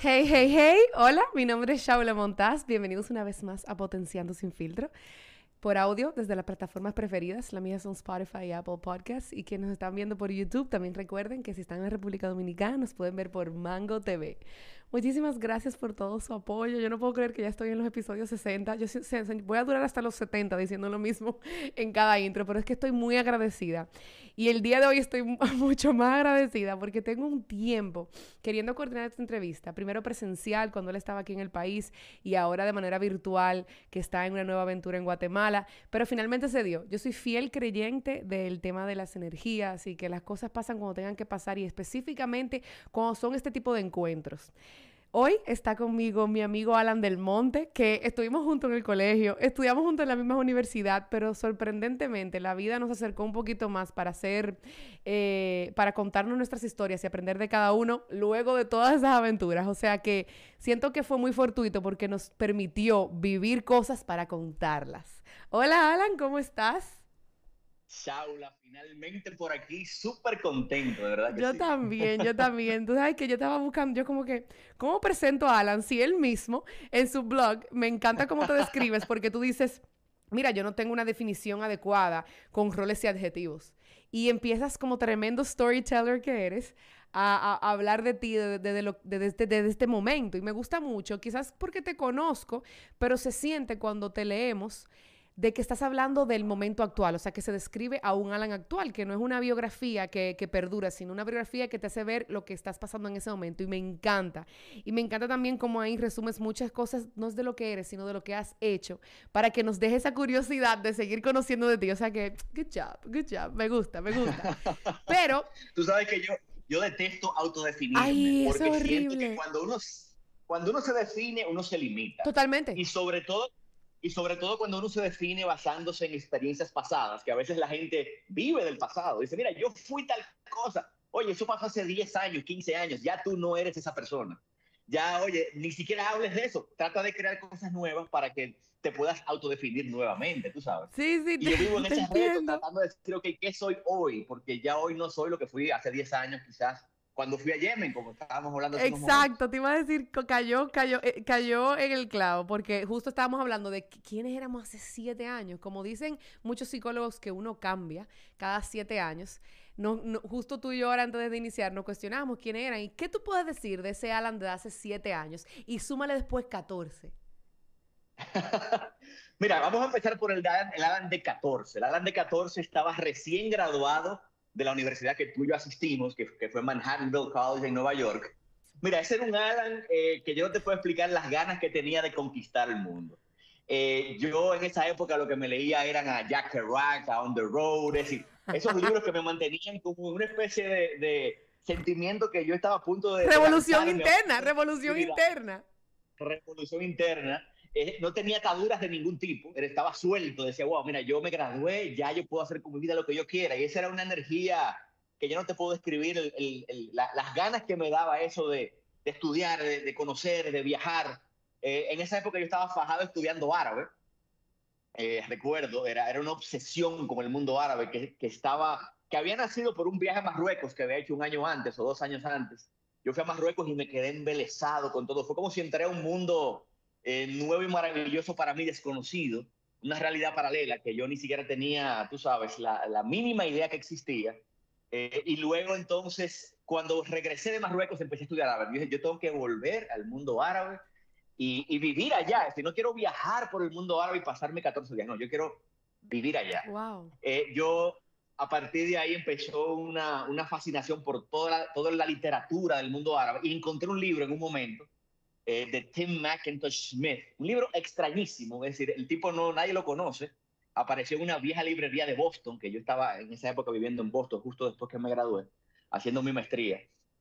Hey, hey, hey, hola, mi nombre es Shaula Montaz, bienvenidos una vez más a Potenciando Sin Filtro, por audio desde las plataformas preferidas, las mías son Spotify y Apple Podcasts, y quienes nos están viendo por YouTube, también recuerden que si están en la República Dominicana nos pueden ver por Mango TV. Muchísimas gracias por todo su apoyo, yo no puedo creer que ya estoy en los episodios 60, voy a durar hasta los 70 diciendo lo mismo en cada intro, pero es que estoy muy agradecida. Y el día de hoy estoy mucho más agradecida porque tengo un tiempo queriendo coordinar esta entrevista, primero presencial cuando él estaba aquí en el país y ahora de manera virtual que está en una nueva aventura en Guatemala, pero finalmente se dio. Yo soy fiel creyente del tema de las energías y que las cosas pasan cuando tengan que pasar y específicamente cuando son este tipo de encuentros. Hoy está conmigo mi amigo Alan del Monte, que estuvimos juntos en el colegio, estudiamos juntos en la misma universidad, pero sorprendentemente la vida nos acercó un poquito más para contarnos nuestras historias y aprender de cada uno luego de todas esas aventuras. O sea que siento que fue muy fortuito porque nos permitió vivir cosas para contarlas. Hola Alan, ¿cómo estás? Shaula, finalmente por aquí, súper contento, de verdad que Yo sí. también, yo también. Tú sabes que yo estaba buscando, yo como que, ¿cómo presento a Alan? Si él mismo, en su blog, me encanta cómo te describes, porque tú dices, mira, yo no tengo una definición adecuada con roles y adjetivos. Y empiezas como tremendo storyteller que eres a hablar de ti desde este momento. Y me gusta mucho, quizás porque te conozco, pero se siente cuando te leemos de que estás hablando del momento actual, o sea, que se describe a un Alan actual, que no es una biografía que perdura, sino una biografía que te hace ver lo que estás pasando en ese momento. Y me encanta. Y me encanta también cómo ahí resumes muchas cosas, no es de lo que eres, sino de lo que has hecho, para que nos deje esa curiosidad de seguir conociendo de ti. O sea que, good job, me gusta, me gusta. Pero, Tú sabes que yo detesto autodefinirme, ay, eso porque es siento que horrible. cuando uno se define, uno se limita. Totalmente. Y sobre todo, y sobre todo cuando uno se define basándose en experiencias pasadas, que a veces la gente vive del pasado. Dice, mira, yo fui tal cosa. Oye, eso pasó hace 10 años, 15 años, ya tú no eres esa persona. Ya, oye, ni siquiera hables de eso. Trata de crear cosas nuevas para que te puedas autodefinir nuevamente, tú sabes. Sí, sí, Y yo vivo en te ese reto, entiendo. tratando de decir, ok, ¿qué soy hoy? Porque ya hoy no soy lo que fui hace 10 años, quizás, cuando fui a Yemen, como estábamos hablando hace unos momentos. Exacto, te iba a decir, cayó en el clavo, porque justo estábamos hablando de quiénes éramos hace 7 años. Como dicen muchos psicólogos que uno cambia cada 7 años. Justo tú y yo ahora antes de iniciar nos cuestionábamos quiénes eran. ¿Y qué tú puedes decir de ese Alan de hace 7 años? Y súmale después 14. Mira, vamos a empezar por el Alan de 14. El Alan de 14 estaba recién graduado de la universidad que tú y yo asistimos, que fue Manhattanville College en Nueva York. Mira, ese era un Alan que yo no te puedo explicar las ganas que tenía de conquistar el mundo. Yo en esa época lo que me leía eran a Jack Kerouac, a On the Road, es decir, esos libros que me mantenían como una especie de sentimiento que yo estaba a punto de Revolución lanzarme a interna, una revolución posibilidad, interna. revolución interna. No tenía ataduras de ningún tipo, estaba suelto, decía, wow, mira, yo me gradué, ya yo puedo hacer con mi vida lo que yo quiera. Y esa era una energía que yo no te puedo describir, las ganas que me daba eso de estudiar, de conocer, de viajar. En esa época yo estaba fajado estudiando árabe, recuerdo, era una obsesión con el mundo árabe que había nacido por un viaje a Marruecos que había hecho un año antes o 2 años antes. Yo fui a Marruecos y me quedé embelesado con todo. Fue como si entré a un mundo nuevo y maravilloso para mí, desconocido, una realidad paralela que yo ni siquiera tenía, tú sabes, la mínima idea que existía. Y luego entonces, cuando regresé de Marruecos, empecé a estudiar árabe. Yo dije, yo tengo que volver al mundo árabe y vivir allá. Si no quiero viajar por el mundo árabe y pasarme 14 días, no, yo quiero vivir allá. Wow. Yo, a partir de ahí, empezó una fascinación por toda la literatura del mundo árabe y encontré un libro en un momento de Tim McIntosh Smith, un libro extrañísimo, es decir, el tipo no, nadie lo conoce, apareció en una vieja librería de Boston, que yo estaba en esa época viviendo en Boston, justo después que me gradué, haciendo mi maestría.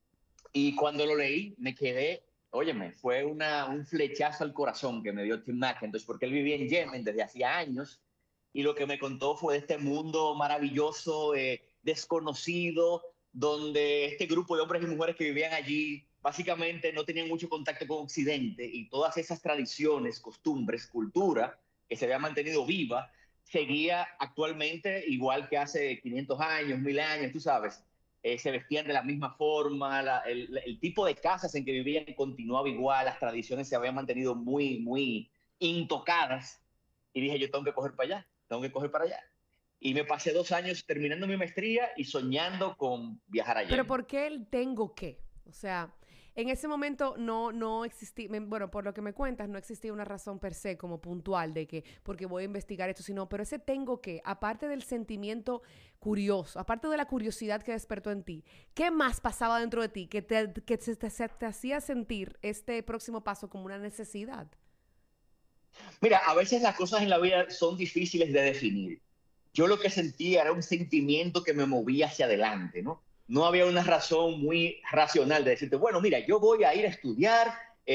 Y cuando lo leí, me quedé, óyeme, fue un flechazo al corazón que me dio Tim McIntosh, porque él vivía en Yemen desde hacía años, y lo que me contó fue de este mundo maravilloso, desconocido, donde este grupo de hombres y mujeres que vivían allí básicamente no tenían mucho contacto con Occidente y todas esas tradiciones, costumbres, cultura que se había mantenido viva, seguía actualmente igual que hace 500 años, 1000 años, tú sabes. se vestían de la misma forma, el tipo de casas en que vivían continuaba igual, las tradiciones se habían mantenido muy, muy intocadas. Y dije, yo tengo que coger para allá, tengo que coger para allá. Y me pasé 2 años terminando mi maestría y soñando con viajar allá. Pero ¿por qué el tengo que? O sea, en ese momento no existía, bueno, por lo que me cuentas, no existía una razón per se como puntual de que porque voy a investigar esto, sino, pero ese tengo que, aparte del sentimiento curioso, aparte de la curiosidad que despertó en ti, ¿qué más pasaba dentro de ti que te hacía sentir este próximo paso como una necesidad? Mira, a veces las cosas en la vida son difíciles de definir. Yo lo que sentía era un sentimiento que me movía hacia adelante, ¿no? No había una razón muy racional de decirte, bueno, mira, yo voy a ir a estudiar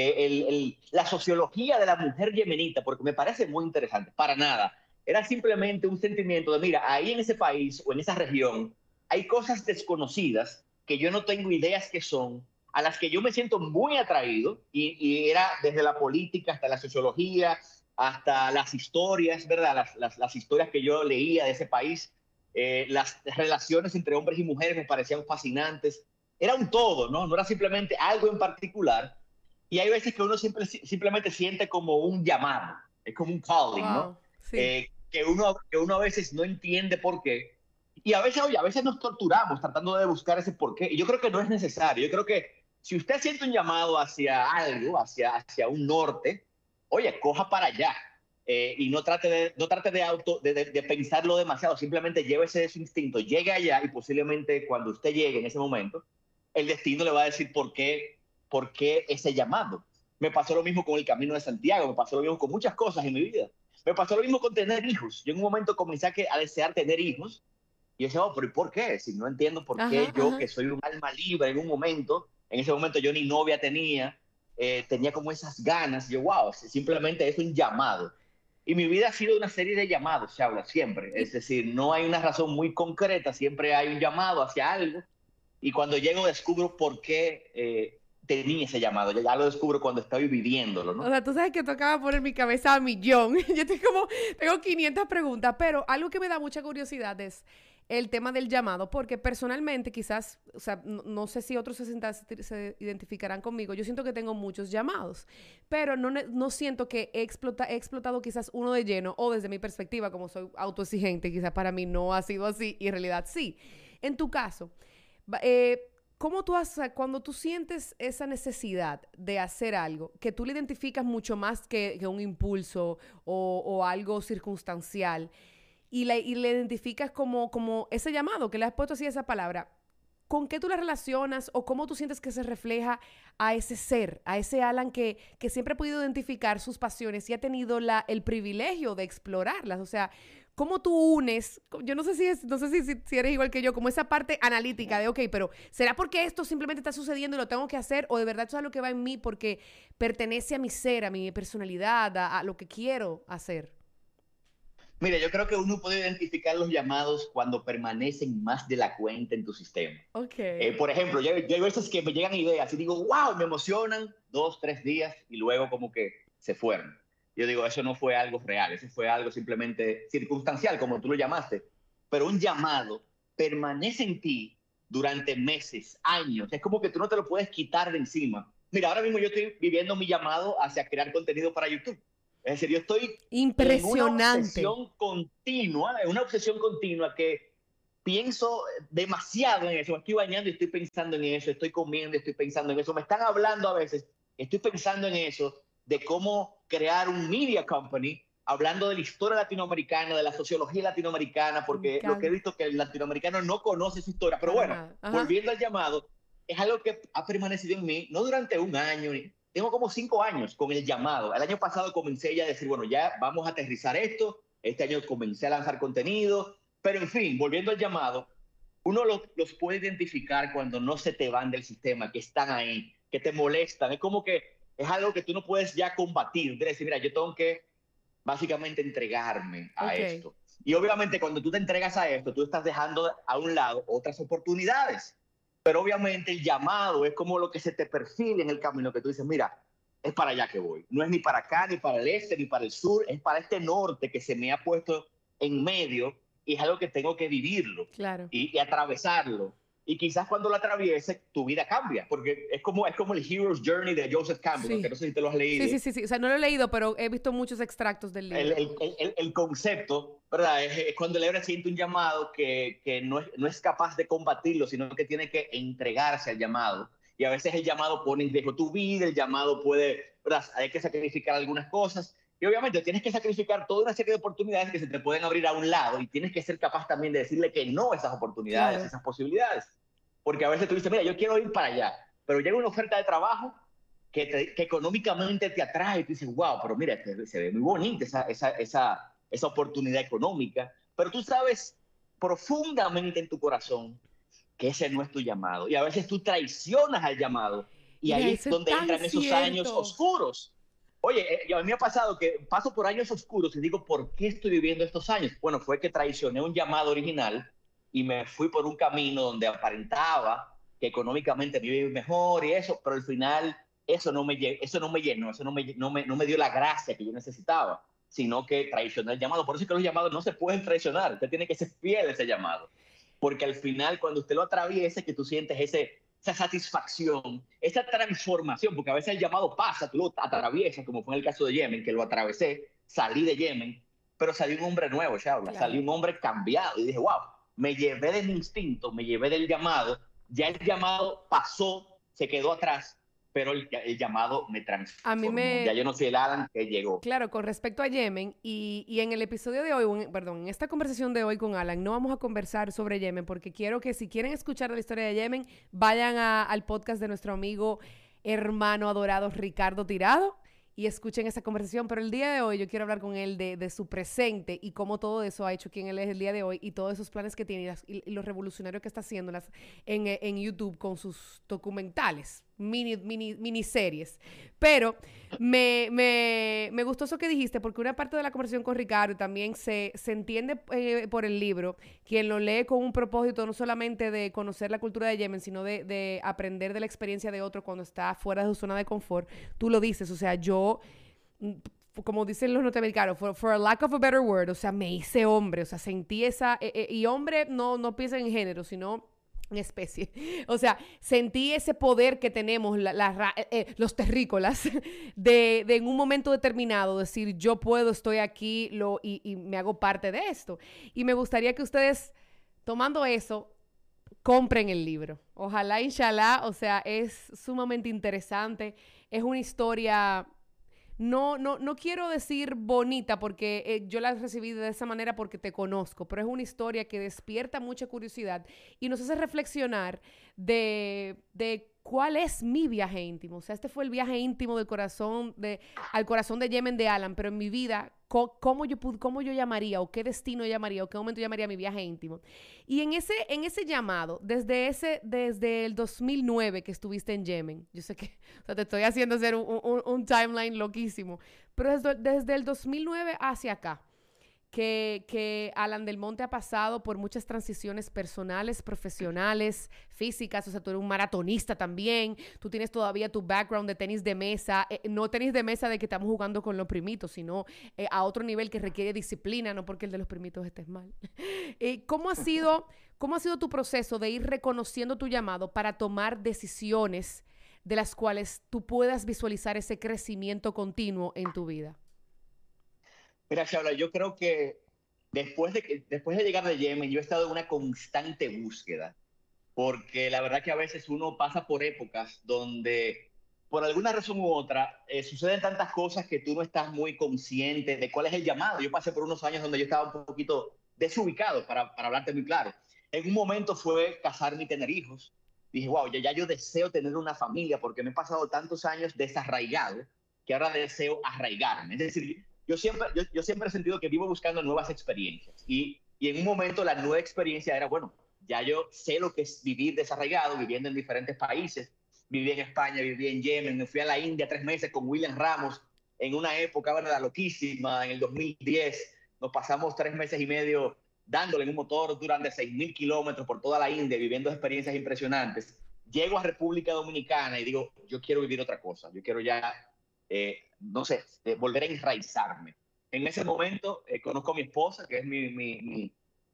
la sociología de la mujer yemenita, porque me parece muy interesante. Para nada. Era simplemente un sentimiento de, mira, ahí en ese país o en esa región hay cosas desconocidas que yo no tengo ideas que son, a las que yo me siento muy atraído, y era desde la política hasta la sociología, hasta las historias, ¿verdad? Las historias que yo leía de ese país, las relaciones entre hombres y mujeres me parecían fascinantes. Era un todo, ¿no? No era simplemente algo en particular. Y hay veces que uno simplemente siente como un llamado, es como un calling, ¿no? Wow, sí. Que uno a veces no entiende por qué. Y a veces, oye, a veces nos torturamos tratando de buscar ese por qué. Y yo creo que no es necesario. Yo creo que si usted siente un llamado hacia algo, hacia un norte, oye, coja para allá. Y no trate de pensarlo demasiado, simplemente llévese de ese instinto, llegue allá y posiblemente cuando usted llegue en ese momento, el destino le va a decir por qué ese llamado. Me pasó lo mismo con el Camino de Santiago, me pasó lo mismo con muchas cosas en mi vida. Me pasó lo mismo con tener hijos. Yo en un momento comencé a desear tener hijos y yo decía, oh, pero ¿por qué? Si no entiendo por Ajá, qué yo, ajá. que soy un alma libre en ese momento yo ni novia tenía como esas ganas. Yo, wow, simplemente es un llamado. Y mi vida ha sido una serie de llamados, se habla siempre. Y Es decir, no hay una razón muy concreta, siempre hay un llamado hacia algo. Y cuando llego descubro por qué tenía ese llamado. Ya lo descubro cuando estoy viviéndolo, o ¿no? sea, tú sabes que tocaba poner mi cabeza a millón. Yo estoy como, tengo 500 preguntas, pero algo que me da mucha curiosidad es el tema del llamado, porque personalmente quizás, o sea, no sé si otros se identificarán conmigo, yo siento que tengo muchos llamados, pero no siento que he explotado quizás uno de lleno, o desde mi perspectiva, como soy autoexigente, quizás para mí no ha sido así, y en realidad sí. En tu caso, va- eh, ¿cómo cuando tú sientes esa necesidad de hacer algo, que tú le identificas mucho más que un impulso o algo circunstancial, y le identificas como ese llamado, que le has puesto así esa palabra, ¿con qué tú la relacionas o cómo tú sientes que se refleja a ese ser, a ese Alan que siempre ha podido identificar sus pasiones y ha tenido el privilegio de explorarlas? O sea, ¿cómo tú unes? Yo no sé si eres igual que yo, como esa parte analítica de, ok, pero ¿será porque esto simplemente está sucediendo y lo tengo que hacer? ¿O de verdad eso es lo que va en mí porque pertenece a mi ser, a mi personalidad, a lo que quiero hacer? Mire, yo creo que uno puede identificar los llamados cuando permanecen más de la cuenta en tu sistema. Ok. Por ejemplo, yo hay veces que me llegan ideas y digo, wow, me emocionan 2, 3 días y luego como que se fueron. Yo digo, eso no fue algo real, eso fue algo simplemente circunstancial, como tú lo llamaste. Pero un llamado permanece en ti durante meses, años. Es como que tú no te lo puedes quitar de encima. Mira, ahora mismo yo estoy viviendo mi llamado hacia crear contenido para YouTube. Es decir, yo estoy Impresionante. en una obsesión continua que pienso demasiado en eso. Me estoy bañando y estoy pensando en eso, estoy comiendo y estoy pensando en eso. Me están hablando a veces, estoy pensando en eso, de cómo crear un media company, hablando de la historia latinoamericana, de la sociología latinoamericana, Me porque lo que he encanta. visto es que el latinoamericano no conoce su historia. Pero Para bueno, nada. Ajá. volviendo al llamado, es algo que ha permanecido en mí, no durante un año, tengo como 5 años con el llamado. El año pasado comencé ya a decir, bueno, ya vamos a aterrizar esto. Este año comencé a lanzar contenido. Pero en fin, volviendo al llamado, uno los puede identificar cuando no se te van del sistema, que están ahí, que te molestan. Es como que es algo que tú no puedes ya combatir. De decir, mira, yo tengo que básicamente entregarme a Ok. esto. Y obviamente cuando tú te entregas a esto, tú estás dejando a un lado otras oportunidades. Pero obviamente el llamado es como lo que se te perfila en el camino, que tú dices, mira, es para allá que voy. No es ni para acá, ni para el este, ni para el sur, es para este norte que se me ha puesto en medio y es algo que tengo que vivirlo Claro. y atravesarlo. y quizás cuando lo atravieses, tu vida cambia, porque es como el Hero's Journey de Joseph Campbell, que Sí. no sé si te lo has Sí, leído. sí, sí, sí. O sea, no lo he leído, pero he visto muchos extractos del El, libro. el, el concepto, ¿verdad? Es cuando el héroe siente un llamado que no es capaz de combatirlo, sino que tiene que entregarse al llamado. Y a veces el llamado pone en riesgo tu vida, el llamado puede, ¿verdad? Hay que sacrificar algunas cosas. Y obviamente tienes que sacrificar toda una serie de oportunidades que se te pueden abrir a un lado y tienes que ser capaz también de decirle que no a esas oportunidades, Claro. esas posibilidades. Porque a veces tú dices, mira, yo quiero ir para allá, pero llega una oferta de trabajo que económicamente te atrae y tú dices, wow, pero mira, se ve muy bonita esa oportunidad económica, pero tú sabes profundamente en tu corazón que ese no es tu llamado. Y a veces tú traicionas al llamado y Mira, ahí es eso es donde tan entran esos años cierto. oscuros. Oye, a mí me ha pasado que paso por años oscuros y digo, ¿por qué estoy viviendo estos años? Bueno, fue que traicioné un llamado original y me fui por un camino donde aparentaba que económicamente me iba a ir mejor y eso, pero al final eso no me llenó, eso no me dio la gracia que yo necesitaba, sino que traicioné el llamado. Por eso es que los llamados no se pueden traicionar, usted tiene que ser fiel a ese llamado, porque al final cuando usted lo atraviese, que tú sientes esa satisfacción, esa transformación, porque a veces el llamado pasa, tú lo atraviesas, como fue en el caso de Yemen, que lo atravesé, salí de Yemen, pero salí un hombre nuevo, Shaula, salí Claro. un hombre cambiado y dije, wow, me llevé de mi instinto, me llevé del llamado, ya el llamado pasó, se quedó atrás, pero el llamado me A mí transformó. Ya me, yo no soy el Alan que llegó. claro, con respecto a Yemen, y en el episodio de hoy, perdón, en esta conversación de hoy con Alan, no vamos a conversar sobre Yemen, porque quiero que si quieren escuchar la historia de Yemen, vayan al podcast de nuestro amigo, hermano adorado Ricardo Tirado y escuchen esa conversación. Pero el día de hoy yo quiero hablar con él de su presente y cómo todo eso ha hecho quien él es el día de hoy y todos esos planes que tiene y lo revolucionario que está haciendo en YouTube con sus documentales, miniseries. Pero me gustó eso que dijiste, porque una parte de la conversación con Ricardo también se entiende por el libro, quien lo lee con un propósito no solamente de conocer la cultura de Yemen, sino de aprender de la experiencia de otro cuando está fuera de su zona de confort. Tú lo dices, o sea, yo, mm, como dicen los norteamericanos, for a lack of a better word, o sea, me hice hombre, o sea, sentí y hombre no piensa en género, sino en especie. O sea, sentí ese poder que tenemos los terrícolas de en un momento determinado decir yo puedo, estoy aquí y me hago parte de esto. Y me gustaría que ustedes, tomando eso, compren el libro. Ojalá, inshallah, o sea, es sumamente interesante. Es una historia no quiero decir bonita porque yo la recibí de esa manera porque te conozco, pero es una historia que despierta mucha curiosidad y nos hace reflexionar de cuál es mi viaje íntimo. O sea, este fue el viaje íntimo del corazón al corazón de Yemen de Alan, pero en mi vida, cómo yo llamaría o qué destino llamaría o qué momento llamaría mi viaje íntimo. Y en ese llamado, desde el 2009 que estuviste en Yemen, yo sé que o sea, te estoy haciendo hacer un timeline loquísimo, pero desde el 2009 hacia acá, que Alan del Monte ha pasado por muchas transiciones personales, profesionales, físicas, o sea, tú eres un maratonista también, tú tienes todavía tu background de tenis de mesa, no tenis de mesa de que estamos jugando con los primitos, sino a otro nivel que requiere disciplina, no porque el de los primitos esté mal. ¿Cómo ha sido tu proceso de ir reconociendo tu llamado para tomar decisiones de las cuales tú puedas visualizar ese crecimiento continuo en tu vida? Mira, Shabla, yo creo que después de llegar de Yemen, yo he estado en una constante búsqueda, porque la verdad que a veces uno pasa por épocas donde, por alguna razón u otra, suceden tantas cosas que tú no estás muy consciente de cuál es el llamado. Yo pasé por unos años donde yo estaba un poquito desubicado, para hablarte muy claro. En un momento fue casarme y tener hijos. Dije, wow, ya yo deseo tener una familia porque me he pasado tantos años desarraigado que ahora deseo arraigarme. Es decir, yo siempre he sentido que vivo buscando nuevas experiencias y en un momento la nueva experiencia era, bueno, ya yo sé lo que es vivir desarraigado, viviendo en diferentes países. Viví en España, viví en Yemen, me fui a la India 3 meses con William Ramos en una época, bueno, la loquísima, en el 2010. Nos pasamos 3 meses y medio dándole en un motor durante 6.000 kilómetros por toda la India, viviendo experiencias impresionantes. Llego a República Dominicana y digo, yo quiero vivir otra cosa, yo quiero ya, no sé, volver a enraizarme. En ese momento conozco a mi esposa, que es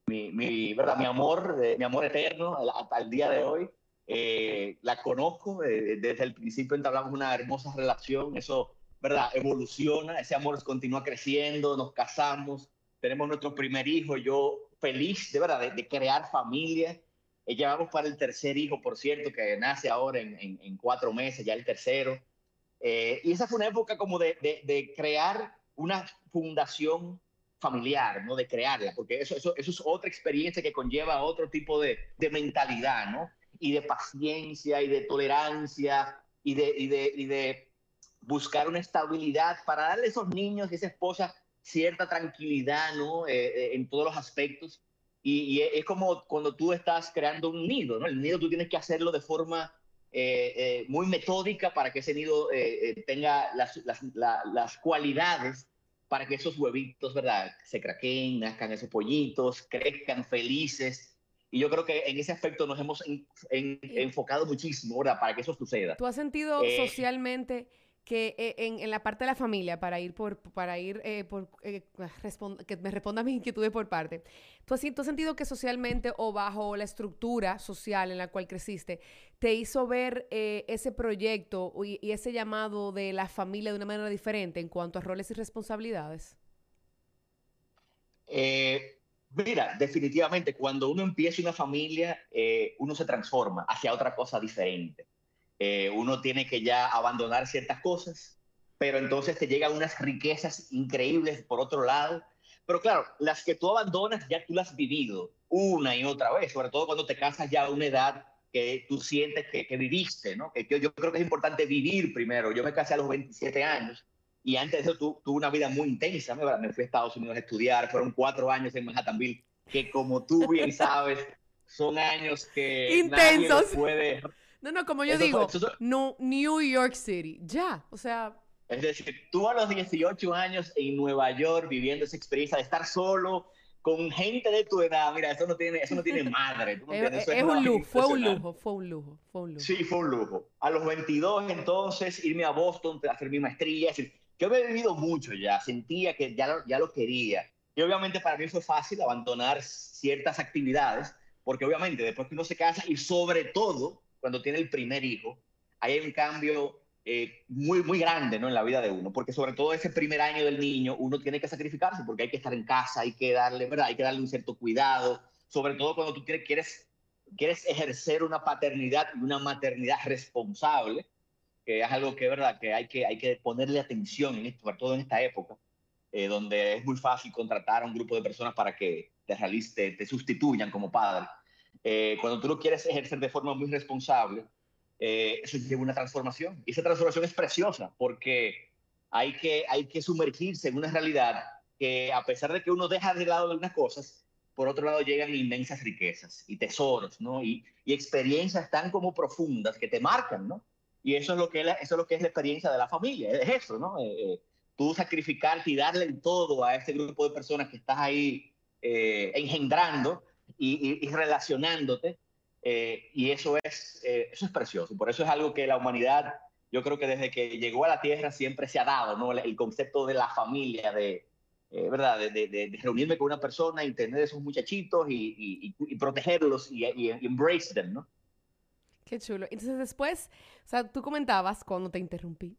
¿verdad? Mi amor eterno hasta el día de hoy. La conozco, desde el principio entablamos una hermosa relación, eso, ¿verdad? Evoluciona, ese amor continúa creciendo, nos casamos, tenemos nuestro primer hijo, yo feliz, de verdad, de crear familia. Llevamos para el tercer hijo, por cierto, que nace ahora en 4 meses, ya el tercero. Y esa fue una época como de crear una fundación familiar, ¿no? De crearla, porque eso es otra experiencia que conlleva otro tipo de mentalidad, ¿no? Y de paciencia y de tolerancia y de buscar una estabilidad para darle a esos niños y a esa esposa cierta tranquilidad, ¿no? En todos los aspectos. Y es como cuando tú estás creando un nido, ¿no? El nido tú tienes que hacerlo de forma muy metódica para que ese nido tenga las cualidades para que esos huevitos, ¿verdad? Se craqueen, nazcan esos pollitos, crezcan felices. Y yo creo que en ese aspecto nos hemos Y enfocado muchísimo, ¿verdad? Para que eso suceda. ¿tú has sentido Eh, socialmente que en la parte de la familia, que me responda a mis inquietudes por parte, ¿tú has sentido que socialmente o bajo la estructura social en la cual creciste, te hizo ver ese proyecto y ese llamado de la familia de una manera diferente en cuanto a roles y responsabilidades? Mira, definitivamente, cuando uno empieza una familia, uno se transforma hacia otra cosa diferente. Uno tiene que ya abandonar ciertas cosas, pero entonces te llegan unas riquezas increíbles por otro lado. Pero claro, las que tú abandonas ya tú las has vivido una y otra vez, sobre todo cuando te casas ya a una edad que tú sientes que viviste, ¿no? Que yo creo que es importante vivir primero. Yo me casé a los 27 años y antes de eso tuve una vida muy intensa. Me fui a Estados Unidos a estudiar, fueron 4 años en Manhattanville, que como tú bien sabes, son años que nadie los Intensos. puede. No, no, como yo Eso fue, digo, eso, no, New York City. Ya, o sea, es decir, tú a los 18 años en Nueva York viviendo esa experiencia de estar solo con gente de tu edad, mira, eso no tiene madre, ¿tú me entiendes? Eso es es una un vaina lujo, fue un impresionante. lujo, fue un lujo, fue un lujo. Sí, fue un lujo. A los 22 entonces irme a Boston a hacer mi maestría, es decir, yo había vivido mucho ya, sentía que ya lo quería. Y obviamente para mí fue fácil abandonar ciertas actividades, porque obviamente después que uno se casa y sobre todo cuando tiene el primer hijo, hay un cambio muy, muy grande, ¿no? En la vida de uno, porque sobre todo ese primer año del niño uno tiene que sacrificarse porque hay que estar en casa, hay que darle, ¿verdad? Hay que darle un cierto cuidado, sobre todo cuando tú quieres ejercer una paternidad y una maternidad responsable, que es algo que, ¿verdad? Que hay que ponerle atención en esto, sobre todo en esta época, donde es muy fácil contratar a un grupo de personas para que te sustituyan como padre. Cuando tú lo quieres ejercer de forma muy responsable, eso lleva una transformación. Y esa transformación es preciosa porque hay que sumergirse en una realidad que, a pesar de que uno deja de lado algunas cosas, por otro lado llegan inmensas riquezas y tesoros, ¿no? Y experiencias tan como profundas que te marcan, ¿no? Y eso es lo que es la experiencia de la familia, es eso, ¿no? Tú sacrificarte y darle el todo a este grupo de personas que estás ahí engendrando y relacionándote, y eso es precioso. Por eso es algo que la humanidad, yo creo que desde que llegó a la Tierra siempre se ha dado, ¿no? El concepto de la familia, ¿verdad? De reunirme con una persona y tener esos muchachitos y protegerlos y embrace them, ¿no? Qué chulo. Entonces después, o sea, tú comentabas cuando te interrumpí,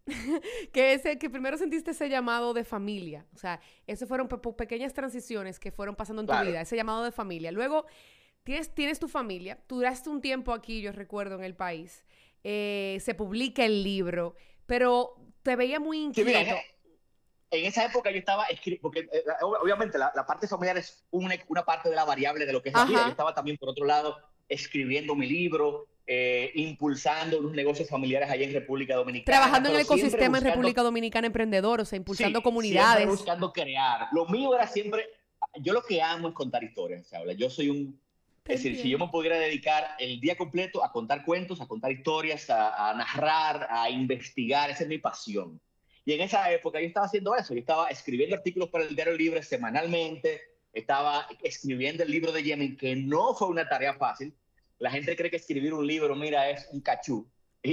que primero sentiste ese llamado de familia. O sea, esas fueron pequeñas transiciones que fueron pasando en tu Claro. vida, ese llamado de familia. Luego, tienes tu familia, tú duraste un tiempo aquí, yo recuerdo, en el país. Se publica el libro, pero te veía muy Sí, mira, inquieto. en esa época yo estaba escribiendo, porque obviamente la parte familiar es una parte de la variable de lo que es la vida. Yo Ajá. estaba también, por otro lado, escribiendo mi libro, impulsando unos negocios familiares allá en República Dominicana, Trabajando en el pero siempre ecosistema en buscando, República Dominicana emprendedor, o sea, impulsando sí, siempre comunidades. buscando crear. Lo mío era siempre, yo lo que amo es contar historias, ¿sabes? Yo soy Te es decir, si yo entiendo. me pudiera dedicar el día completo a contar cuentos, a contar historias, a narrar, a investigar, esa es mi pasión. Y en esa época yo estaba haciendo eso, yo estaba escribiendo artículos para el Diario Libre semanalmente, estaba escribiendo el libro de Yemen, que no fue una tarea fácil. La gente cree que escribir un libro, mira, es un cachú.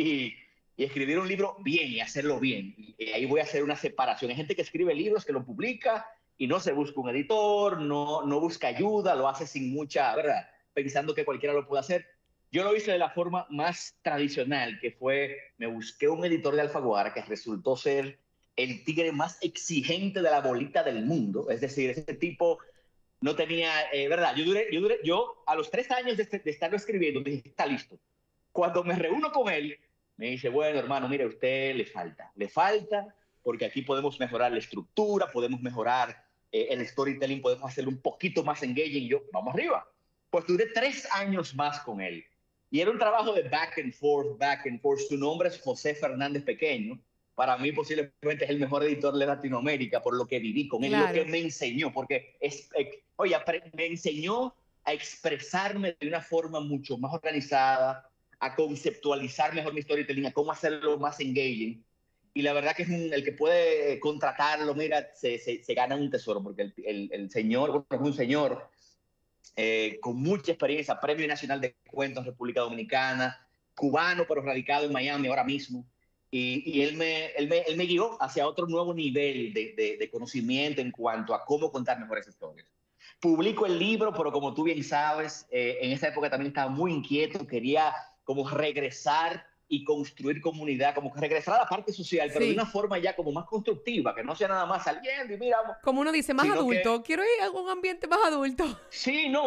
Y escribir un libro bien y hacerlo bien. Y ahí voy a hacer una separación. Hay gente que escribe libros, que lo publica y no se busca un editor, no busca ayuda, lo hace sin mucha, ¿verdad? Pensando que cualquiera lo puede hacer. Yo lo hice de la forma más tradicional, que fue, me busqué un editor de Alfaguara que resultó ser el tigre más exigente de la bolita del mundo. Es decir, ese tipo no tenía, ¿verdad? Yo a los 3 años de estarlo escribiendo, me dije, está listo. Cuando me reúno con él, me dice, bueno, hermano, mire, a usted le falta, porque aquí podemos mejorar la estructura, podemos mejorar el storytelling, podemos hacerlo un poquito más engaging. Y yo, vamos arriba. Pues duré 3 años más con él. Y era un trabajo de back and forth, back and forth. Su nombre es José Fernández Pequeño. Para mí posiblemente es el mejor editor de Latinoamérica por lo que viví con él, claro. Lo que me enseñó, porque me enseñó a expresarme de una forma mucho más organizada, a conceptualizar mejor mi storytelling, a cómo hacerlo más engaging. Y la verdad que es el que puede contratarlo, mira, se gana un tesoro, porque el señor, bueno, es un señor con mucha experiencia, Premio Nacional de Cuentos en República Dominicana, cubano pero radicado en Miami ahora mismo. Y él me guió hacia otro nuevo nivel de conocimiento en cuanto a cómo contar mejores historias. Publico el libro, pero como tú bien sabes, en esa época también estaba muy inquieto, quería como regresar y construir comunidad, como que regresar a la parte social, pero de una forma ya como más constructiva, que no sea nada más saliendo y mira... Como uno dice, más adulto, quiero ir a un ambiente más adulto. Sí, no,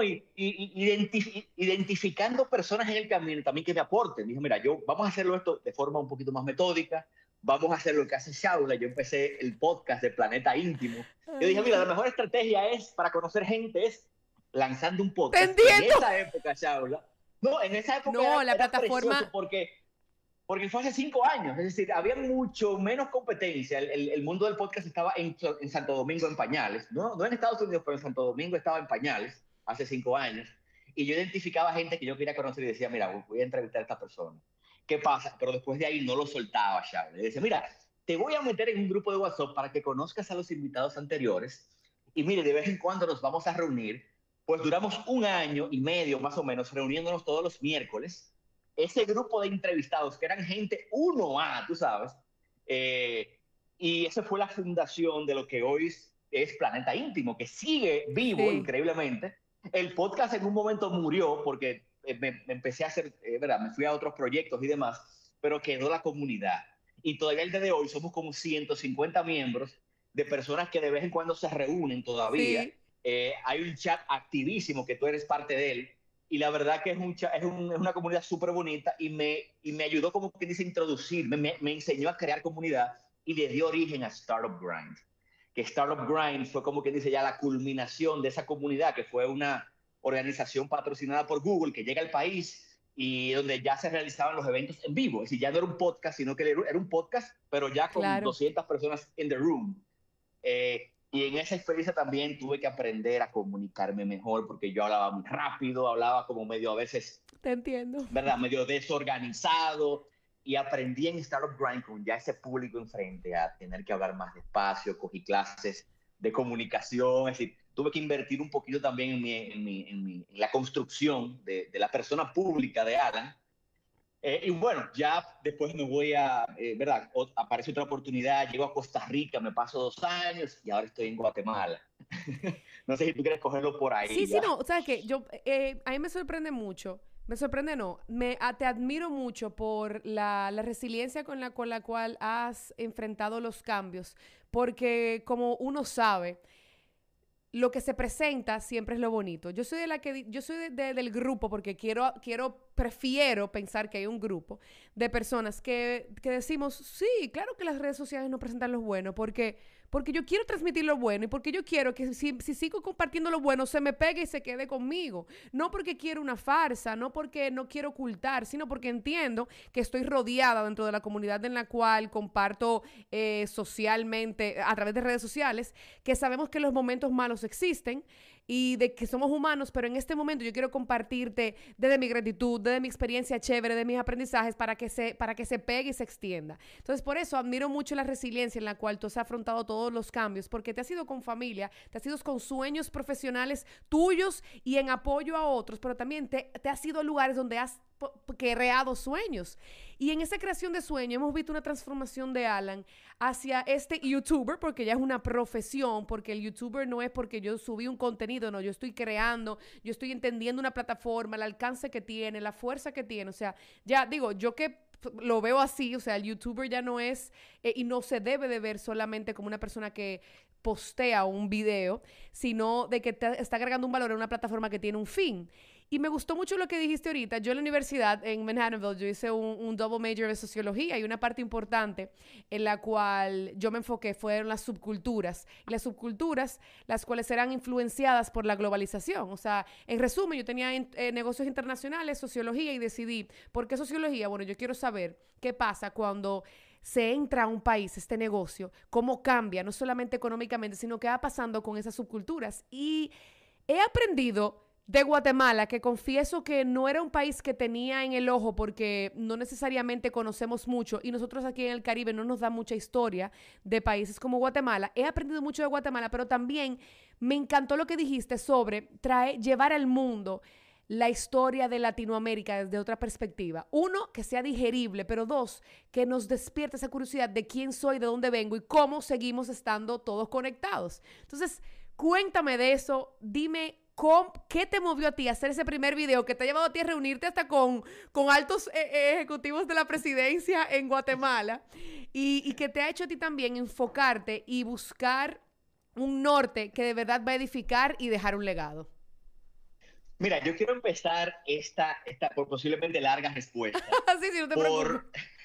identificando personas en el camino también que me aporten. Dije, mira, vamos a hacerlo esto de forma un poquito más metódica, vamos a hacer lo que hace Shaula. Yo empecé el podcast de Planeta Íntimo. Yo dije, mira, la mejor estrategia para conocer gente es lanzando un podcast. ¡Te entiendo! En esa época, Shaula. No, en esa época la plataforma... Porque fue hace 5 años, es decir, había mucho menos competencia. El mundo del podcast estaba en Santo Domingo en pañales, no en Estados Unidos, pero en Santo Domingo estaba en pañales hace 5 años. Y yo identificaba gente que yo quería conocer y decía, mira, voy a entrevistar a esta persona. ¿Qué pasa? Pero después de ahí no lo soltaba, Charles. Le decía, mira, te voy a meter en un grupo de WhatsApp para que conozcas a los invitados anteriores. Y mire, de vez en cuando nos vamos a reunir. Pues duramos 1 año y medio más o menos reuniéndonos todos los miércoles. Ese grupo de entrevistados, que eran gente 1A, tú sabes, y esa fue la fundación de lo que hoy es Planeta Íntimo, que sigue vivo increíblemente. El podcast en un momento murió porque me empecé a hacer, ¿verdad? Me fui a otros proyectos y demás, pero quedó la comunidad. Y todavía el día de hoy somos como 150 miembros de personas que de vez en cuando se reúnen todavía. Sí. Hay un chat activísimo que tú eres parte de él. Y la verdad que es una comunidad súper bonita y me ayudó, como que dice, introducirme, me enseñó a crear comunidad y le dio origen a Startup Grind. Que Startup Grind fue, como que dice, ya la culminación de esa comunidad, que fue una organización patrocinada por Google que llega al país y donde ya se realizaban los eventos en vivo. Es decir, ya no era un podcast, sino que era un podcast, pero ya con 200 personas in the room. Y en esa experiencia también tuve que aprender a comunicarme mejor, porque yo hablaba muy rápido, hablaba como medio a veces... Te entiendo. ¿Verdad? Medio desorganizado. Y aprendí en Startup Grind con ya ese público enfrente a tener que hablar más despacio, cogí clases de comunicación, es decir, tuve que invertir un poquito también en la construcción de la persona pública de Alan. Y bueno, ya después me voy ¿verdad? Aparece otra oportunidad, llego a Costa Rica, me paso 2 años y ahora estoy en Guatemala. No sé si tú quieres cogerlo por ahí. Sí, no, o sea que a mí me sorprende mucho. Me sorprende, no. Te admiro mucho por la resiliencia con la cual has enfrentado los cambios. Porque como uno sabe, lo que se presenta siempre es lo bonito. Yo soy del grupo, porque prefiero pensar que hay un grupo de personas que decimos, sí, claro que las redes sociales no presentan lo bueno, porque yo quiero transmitir lo bueno y porque yo quiero que si sigo compartiendo lo bueno se me pegue y se quede conmigo. No porque quiero una farsa, no porque no quiero ocultar, sino porque entiendo que estoy rodeada dentro de la comunidad en la cual comparto socialmente, a través de redes sociales, que sabemos que los momentos malos existen y de que somos humanos, pero en este momento yo quiero compartirte desde mi gratitud, desde mi experiencia chévere, de mis aprendizajes para que se pegue y se extienda. Entonces, por eso admiro mucho la resiliencia en la cual tú has afrontado todos los cambios, porque te has ido con familia, te has ido con sueños profesionales tuyos y en apoyo a otros, pero también te has ido a lugares donde has creado sueños. Y en esa creación de sueños hemos visto una transformación de Alan hacia este YouTuber, porque ya es una profesión, porque el YouTuber no es porque yo subí un contenido, no, yo estoy creando, yo estoy entendiendo una plataforma, el alcance que tiene, la fuerza que tiene, o sea, ya digo, yo que lo veo así, o sea, el YouTuber ya no es, y no se debe de ver solamente como una persona que postea un video, sino de que te está agregando un valor en una plataforma que tiene un fin. Y me gustó mucho lo que dijiste ahorita. Yo en la universidad, en Manhattanville, yo hice un double major de sociología y una parte importante en la cual yo me enfoqué fueron las subculturas. Y las subculturas, las cuales serán influenciadas por la globalización. O sea, en resumen, yo tenía negocios internacionales, sociología y decidí, ¿por qué sociología? Bueno, yo quiero saber qué pasa cuando se entra a un país, este negocio, cómo cambia, no solamente económicamente, sino qué va pasando con esas subculturas. Y he aprendido de Guatemala, que confieso que no era un país que tenía en el ojo porque no necesariamente conocemos mucho y nosotros aquí en el Caribe no nos da mucha historia de países como Guatemala. He aprendido mucho de Guatemala, pero también me encantó lo que dijiste sobre llevar al mundo la historia de Latinoamérica desde otra perspectiva. Uno, que sea digerible, pero dos, que nos despierte esa curiosidad de quién soy, de dónde vengo y cómo seguimos estando todos conectados. Entonces, cuéntame de eso, dime ¿qué te movió a ti a hacer ese primer video que te ha llevado a ti a reunirte hasta con altos ejecutivos de la presidencia en Guatemala y que te ha hecho a ti también enfocarte y buscar un norte que de verdad va a edificar y dejar un legado? Mira, yo quiero empezar esta por posiblemente larga respuesta. Sí, sí, no te preocupes.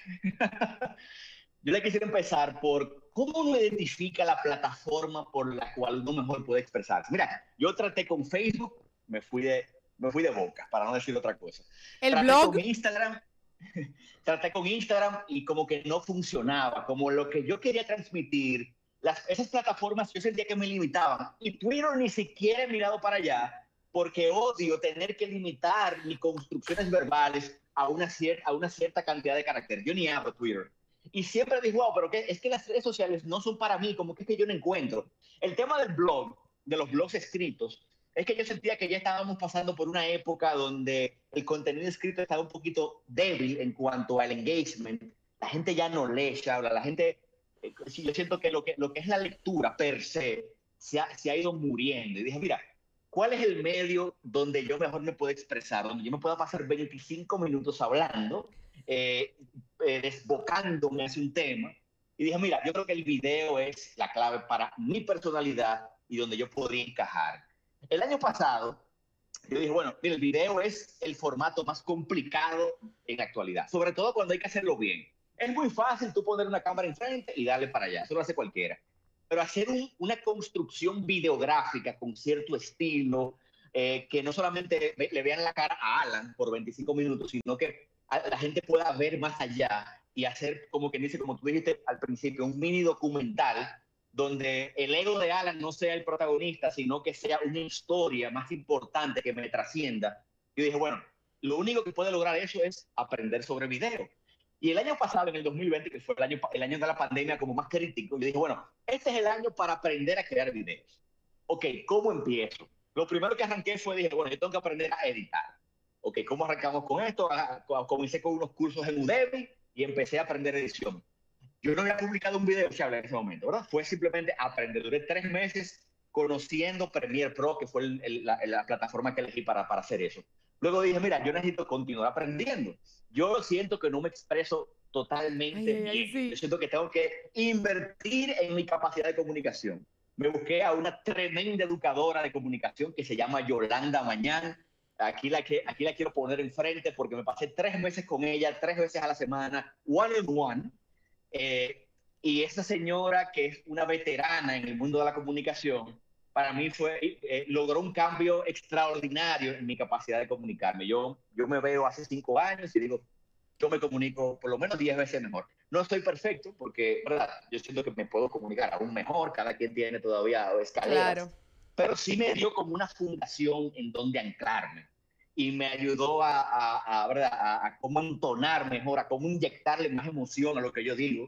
Yo le quisiera empezar por cómo uno identifica la plataforma por la cual uno mejor puede expresarse. Mira, yo traté con Facebook, me fui de boca, para no decir otra cosa. ¿El traté blog? Con Instagram, traté con Instagram y como que no funcionaba, como lo que yo quería transmitir, esas plataformas yo sentía que me limitaban. Y Twitter ni siquiera he mirado para allá, porque odio tener que limitar mis construcciones verbales a una cierta cantidad de caracteres. Yo ni abro Twitter. Y siempre digo, wow, pero es que las redes sociales no son para mí, como que es que yo no encuentro. El tema del blog, de los blogs escritos, es que yo sentía que ya estábamos pasando por una época donde el contenido escrito estaba un poquito débil en cuanto al engagement. La gente ya no lee, habla, la gente, yo siento que lo que es la lectura per se se ha ido muriendo. Y dije, mira, ¿cuál es el medio donde yo mejor me puedo expresar? Donde yo me pueda pasar 25 minutos hablando, desbocándome hacia un tema. Y dije, mira, yo creo que el video es la clave para mi personalidad y donde yo podría encajar. El año pasado, yo dije, bueno, mira, el video es el formato más complicado en la actualidad, sobre todo cuando hay que hacerlo bien. Es muy fácil tú poner una cámara enfrente y darle para allá, eso lo hace cualquiera. Pero hacer una construcción videográfica con cierto estilo, que no solamente le vean la cara a Alan por 25 minutos, sino que la gente pueda ver más allá y hacer, como quien dice, como tú dijiste al principio, un mini documental donde el ego de Alan no sea el protagonista, sino que sea una historia más importante que me trascienda. Yo dije, bueno, lo único que puede lograr eso es aprender sobre video. Y el año pasado, en el 2020, que fue el año de la pandemia como más crítico, yo dije, bueno, este es el año para aprender a crear videos. Ok, ¿cómo empiezo? Lo primero que arranqué fue, dije, bueno, yo tengo que aprender a editar. Ok, ¿cómo arrancamos con esto? Comencé con unos cursos en Udemy y empecé a aprender edición. Yo no había publicado un video en ese momento, ¿verdad? Fue simplemente aprender. Duré 3 meses conociendo Premiere Pro, que fue la plataforma que elegí para hacer eso. Luego dije, mira, yo necesito continuar aprendiendo. Yo siento que no me expreso totalmente bien. Sí. Yo siento que tengo que invertir en mi capacidad de comunicación. Me busqué a una tremenda educadora de comunicación que se llama Yolanda Mañán. Aquí la quiero poner enfrente porque me pasé 3 meses con ella, 3 veces a la semana, one on one. Y esa señora, que es una veterana en el mundo de la comunicación, para mí logró un cambio extraordinario en mi capacidad de comunicarme. Yo me veo hace 5 años y digo, yo me comunico por lo menos 10 veces mejor. No estoy perfecto porque, ¿verdad? Yo siento que me puedo comunicar aún mejor, cada quien tiene todavía escaleras. Claro. Pero sí me dio como una fundación en donde anclarme. Y me ayudó a cómo entonar mejor, a cómo inyectarle más emoción a lo que yo digo,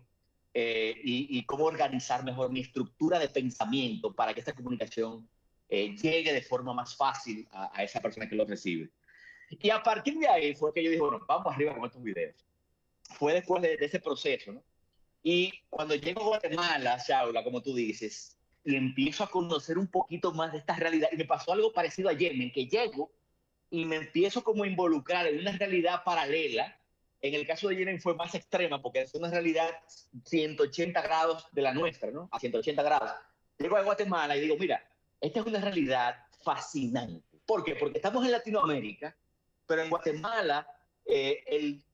y cómo organizar mejor mi estructura de pensamiento para que esta comunicación llegue de forma más fácil a esa persona que lo recibe. Y a partir de ahí fue que yo dije, bueno, vamos arriba con estos videos. Fue después de ese proceso, ¿no? Y cuando llego a Guatemala, Shaula, como tú dices, y empiezo a conocer un poquito más de esta realidad, y me pasó algo parecido a Yemen, que llego y me empiezo como a involucrar en una realidad paralela. En el caso de Yemen fue más extrema, porque es una realidad 180 grados de la nuestra, ¿no? A 180 grados. Llego a Guatemala y digo, mira, esta es una realidad fascinante. ¿Por qué? Porque estamos en Latinoamérica, pero en Guatemala el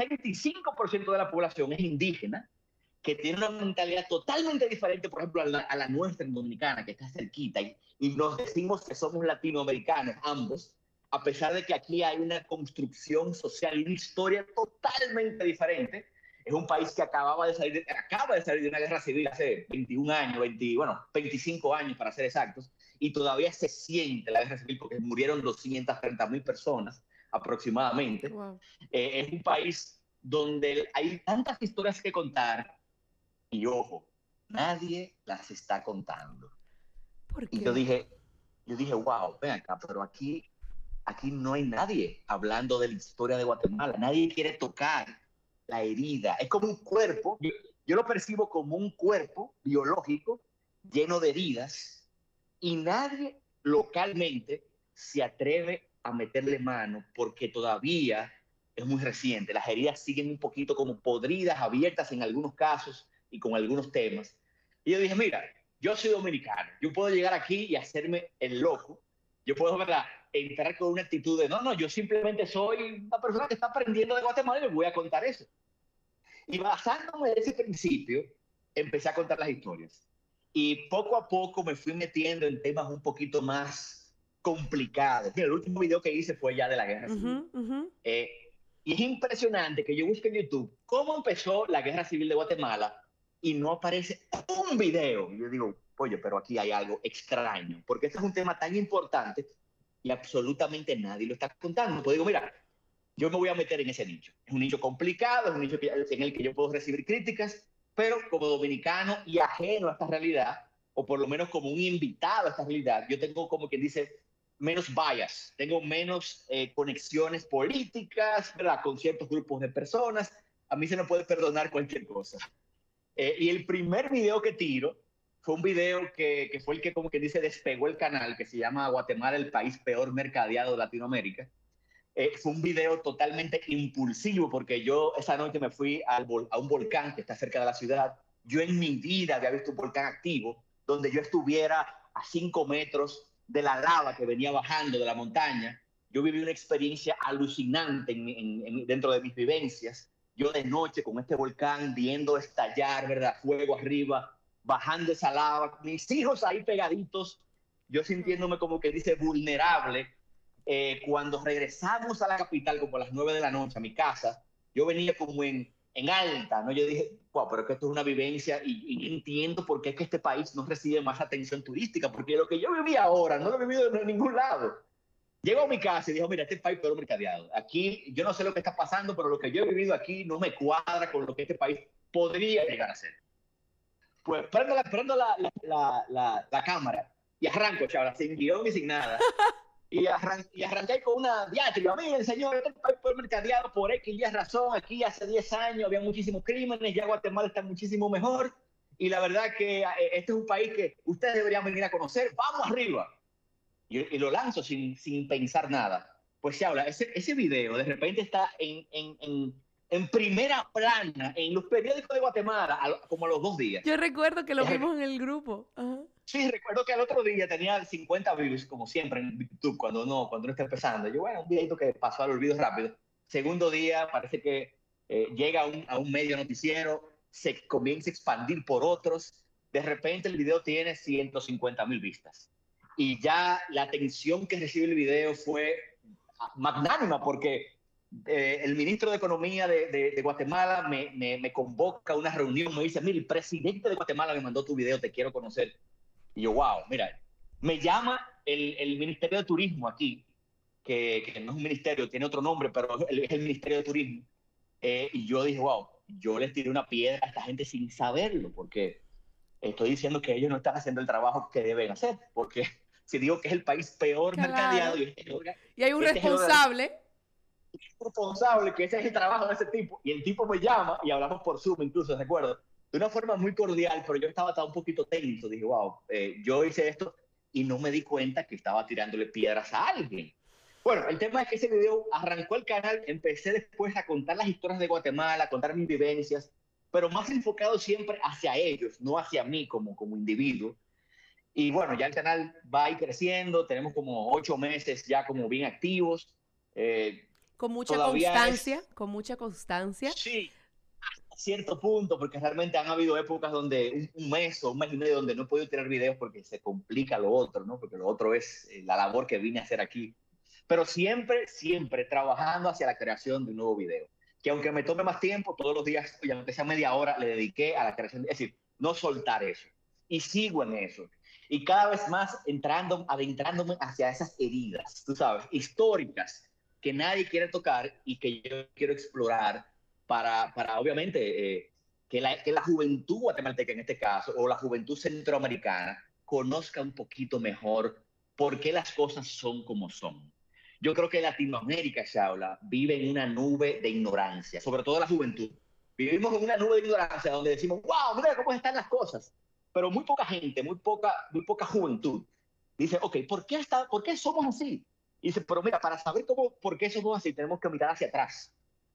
65% de la población es indígena, que tiene una mentalidad totalmente diferente, por ejemplo, a la nuestra en Dominicana, que está cerquita, y nos decimos que somos latinoamericanos ambos, a pesar de que aquí hay una construcción social y una historia totalmente diferente. Es un país que acaba de salir de una guerra civil hace 21 años, 25 años para ser exactos, y todavía se siente la guerra civil porque murieron 230.000 personas aproximadamente. Wow. Es un país donde hay tantas historias que contar y, ojo, nadie las está contando. ¿Por Y qué? yo dije, wow, ven acá, pero aquí no hay nadie hablando de la historia de Guatemala. Nadie quiere tocar la herida. Es como un cuerpo, yo lo percibo como un cuerpo biológico lleno de heridas y nadie localmente se atreve a meterle mano porque todavía es muy reciente. Las heridas siguen un poquito como podridas, abiertas en algunos casos y con algunos temas. Y yo dije, mira, yo soy dominicano, yo puedo llegar aquí y hacerme el loco. Yo puedo, ¿verdad?, entrar con una actitud de, no, yo simplemente soy una persona que está aprendiendo de Guatemala y les voy a contar eso. Y basándome en ese principio, empecé a contar las historias. Y poco a poco me fui metiendo en temas un poquito más complicados. Mira, el último video que hice fue ya de la guerra civil. Y es impresionante que yo busque en YouTube cómo empezó la guerra civil de Guatemala y no aparece un video. Y yo digo, oye, pero aquí hay algo extraño, porque este es un tema tan importante y absolutamente nadie lo está contando. Pues digo, mira, yo me voy a meter en ese nicho. Es un nicho complicado, es un nicho en el que yo puedo recibir críticas, pero como dominicano y ajeno a esta realidad, o por lo menos como un invitado a esta realidad, yo tengo, como quien dice, menos bias, tengo menos conexiones políticas, ¿verdad?, con ciertos grupos de personas. A mí se me puede perdonar cualquier cosa. Y el primer video que tiro fue un video que fue el que, como que dice, despegó el canal, que se llama Guatemala, el país peor mercadeado de Latinoamérica. Fue un video totalmente impulsivo porque yo esa noche me fui a un volcán que está cerca de la ciudad. Yo en mi vida había visto un volcán activo donde yo estuviera a 5 metros de la lava que venía bajando de la montaña. Yo viví una experiencia alucinante dentro de mis vivencias. Yo de noche con este volcán viendo estallar, ¿verdad?, fuego arriba, bajando esa lava, mis hijos ahí pegaditos, yo sintiéndome, como que dice, vulnerable. Cuando regresamos a la capital como a las 9 de la noche a mi casa, yo venía como en alta, ¿no? Yo dije, wow, pero es que esto es una vivencia y entiendo por qué es que este país no recibe más atención turística, porque lo que yo viví ahora no lo he vivido en ningún lado. Llego a mi casa y digo, mira, este es país peor mercadeado. Aquí yo no sé lo que está pasando, pero lo que yo he vivido aquí no me cuadra con lo que este país podría llegar a ser. Pues prendo la cámara y arranco, chaval, sin guión y sin nada. Y arranqué con una diatriba. Miren, señor, este país fue mercadeado por X y Y razón. Aquí hace 10 años había muchísimos crímenes, ya Guatemala está muchísimo mejor. Y la verdad que este es un país que ustedes deberían venir a conocer. ¡Vamos arriba! Y lo lanzo sin pensar nada. Pues se habla, ese video de repente está en primera plana en los periódicos de Guatemala como a los 2 días. Yo recuerdo que lo vimos en el grupo. Ajá. Sí, recuerdo que al otro día tenía 50 views, como siempre en YouTube, cuando uno está empezando. Yo, bueno, un videito que pasó al olvido rápido. Segundo día, parece que llega a un medio noticiero, se comienza a expandir por otros. De repente el video tiene 150.000 vistas. Y ya la atención que recibe el video fue magnánima, porque el ministro de Economía de Guatemala me convoca a una reunión, me dice, mira, el presidente de Guatemala me mandó tu video, te quiero conocer. Y yo, wow, mira, me llama el Ministerio de Turismo aquí, que no es un ministerio, tiene otro nombre, pero es el Ministerio de Turismo. Y yo dije, wow, yo les tiré una piedra a esta gente sin saberlo, porque estoy diciendo que ellos no están haciendo el trabajo que deben hacer, porque si digo que es el país peor Claro. mercadeado... Y hay un responsable. responsable, que ese es el trabajo de ese tipo. Y el tipo me llama y hablamos por Zoom, incluso, recuerdo, de una forma muy cordial, pero yo estaba un poquito tenso. Dije, wow, yo hice esto y no me di cuenta que estaba tirándole piedras a alguien. Bueno, el tema es que ese video arrancó el canal, empecé después a contar las historias de Guatemala, a contar mis vivencias, pero más enfocado siempre hacia ellos, no hacia mí como individuo. Y bueno, ya el canal va a ir creciendo, tenemos como 8 meses ya como bien activos. Eh, Todavía es, Con mucha constancia. sí, a cierto punto, porque realmente han habido épocas donde un mes o un mes y medio donde no he podido tener videos porque se complica lo otro, ¿no? Porque lo otro es la labor que vine a hacer aquí. Pero siempre, siempre trabajando hacia la creación de un nuevo video. Que aunque me tome más tiempo, todos los días, y aunque sea media hora, le dediqué a la creación. Es decir, no soltar eso. Y sigo en eso. Y cada vez más adentrándome hacia esas heridas, tú sabes, históricas, que nadie quiere tocar y que yo quiero explorar para obviamente, que la juventud guatemalteca en este caso, o la juventud centroamericana, conozca un poquito mejor por qué las cosas son como son. Yo creo que Latinoamérica, Shaula, vive en una nube de ignorancia, sobre todo la juventud. Vivimos en una nube de ignorancia donde decimos, wow, mira cómo están las cosas. Pero muy poca gente, muy poca juventud dice, ok, ¿por qué somos así? Y dice, pero mira, para saber por qué somos así, tenemos que mirar hacia atrás.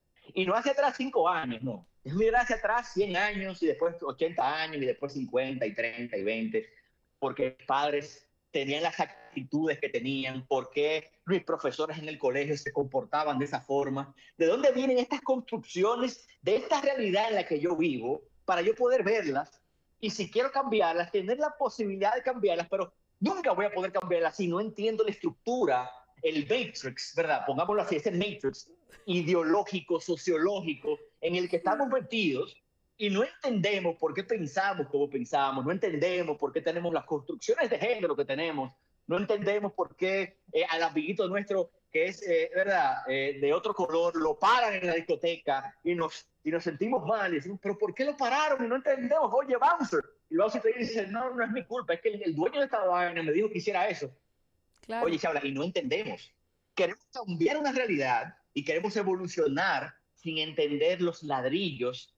Y no hacia atrás 5 años, no. Es mirar hacia atrás 100 años y después 80 años y después 50 y 30 y 20, porque mis padres tenían las actitudes que tenían, por qué mis profesores en el colegio se comportaban de esa forma, de dónde vienen estas construcciones de esta realidad en la que yo vivo, para yo poder verlas y si quiero cambiarlas, tener la posibilidad de cambiarlas, pero nunca voy a poder cambiarlas si no entiendo la estructura, el matrix, ¿verdad? Pongámoslo así, ese matrix ideológico, sociológico, en el que estamos metidos y no entendemos por qué pensamos como pensamos, no entendemos por qué tenemos las construcciones de género que tenemos, no entendemos por qué al amiguito nuestro que es, ¿verdad?, de otro color, lo paran en la discoteca y nos sentimos mal y decimos, pero ¿por qué lo pararon? Y no entendemos, oye, Bouncer. Y Bouncer te dice, no, no es mi culpa, es que el dueño de esta vaina me dijo que hiciera eso. Claro. Oye, Chabla, y no entendemos. Queremos cambiar una realidad y queremos evolucionar sin entender los ladrillos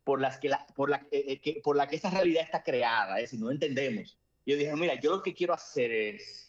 por la que esa realidad está creada, es decir, no entendemos. Yo dije, mira, yo lo que quiero hacer es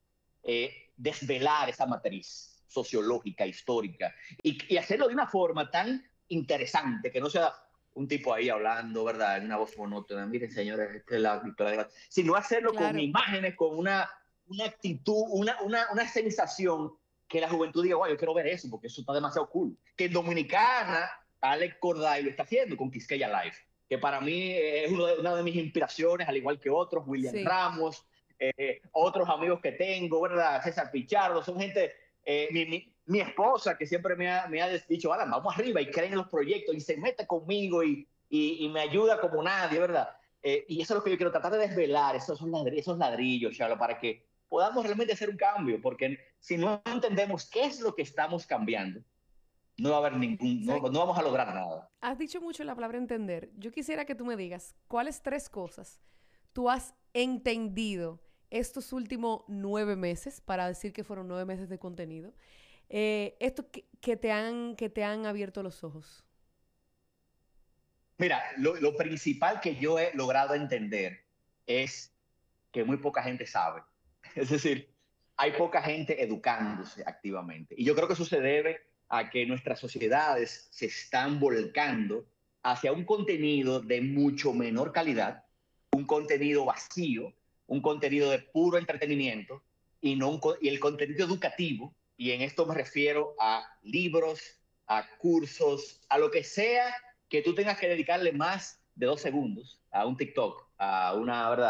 desvelar esa matriz sociológica, histórica, y hacerlo de una forma tan interesante, que no sea un tipo ahí hablando, ¿verdad? En una voz monótona, miren señores, esta es la victoria de la... Sino hacerlo con Claro. imágenes, con una actitud, una sensación que la juventud diga, wow, yo quiero ver eso, porque eso está demasiado cool. Que en Dominicana, Alex Corday lo está haciendo con Quisqueya Live, que para mí es una de mis inspiraciones, al igual que otros, William Sí. Ramos, otros amigos que tengo, ¿verdad? César Pichardo, son gente, mi esposa que siempre me ha dicho, Alan, vamos arriba y creen en los proyectos y se mete conmigo y me ayuda como nadie, ¿verdad? Y eso es lo que yo quiero tratar de desvelar, esos ladrillos, Charlo, para que podamos realmente hacer un cambio, porque si no entendemos qué es lo que estamos cambiando, no va a haber no vamos a lograr nada. Has dicho mucho la palabra entender. Yo quisiera que tú me digas cuáles 3 cosas tú has entendido estos últimos 9 meses, para decir que fueron 9 meses de contenido, esto que te han abierto los ojos. Mira, lo principal que yo he logrado entender es que muy poca gente sabe. Es decir, hay poca gente educándose activamente. Y yo creo que eso se debe a que nuestras sociedades se están volcando hacia un contenido de mucho menor calidad, un contenido vacío, un contenido de puro entretenimiento y el contenido educativo, y en esto me refiero a libros, a cursos, a lo que sea que tú tengas que dedicarle más de 2 segundos a un TikTok, a una, ¿verdad?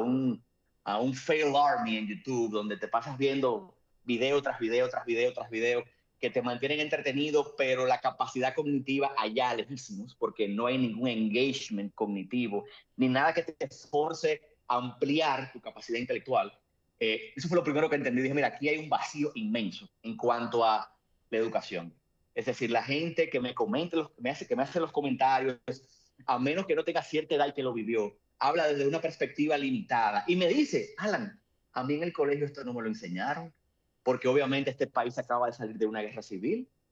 A un fail army en YouTube, donde te pasas viendo video tras video, tras video, tras video, que te mantienen entretenido, pero la capacidad cognitiva allá lejísimos, porque no hay ningún engagement cognitivo, ni nada que te esforce a ampliar tu capacidad intelectual. Eso fue lo primero que entendí. Dije, mira, aquí hay un vacío inmenso en cuanto a la educación. Es decir, la gente que me comenta, que me hace los comentarios, a menos que no tenga cierta edad y que lo vivió, habla desde una perspectiva limitada. Y me dice, Alan, a mí en el colegio esto no me lo enseñaron, porque obviamente este país acaba de salir de una guerra civil.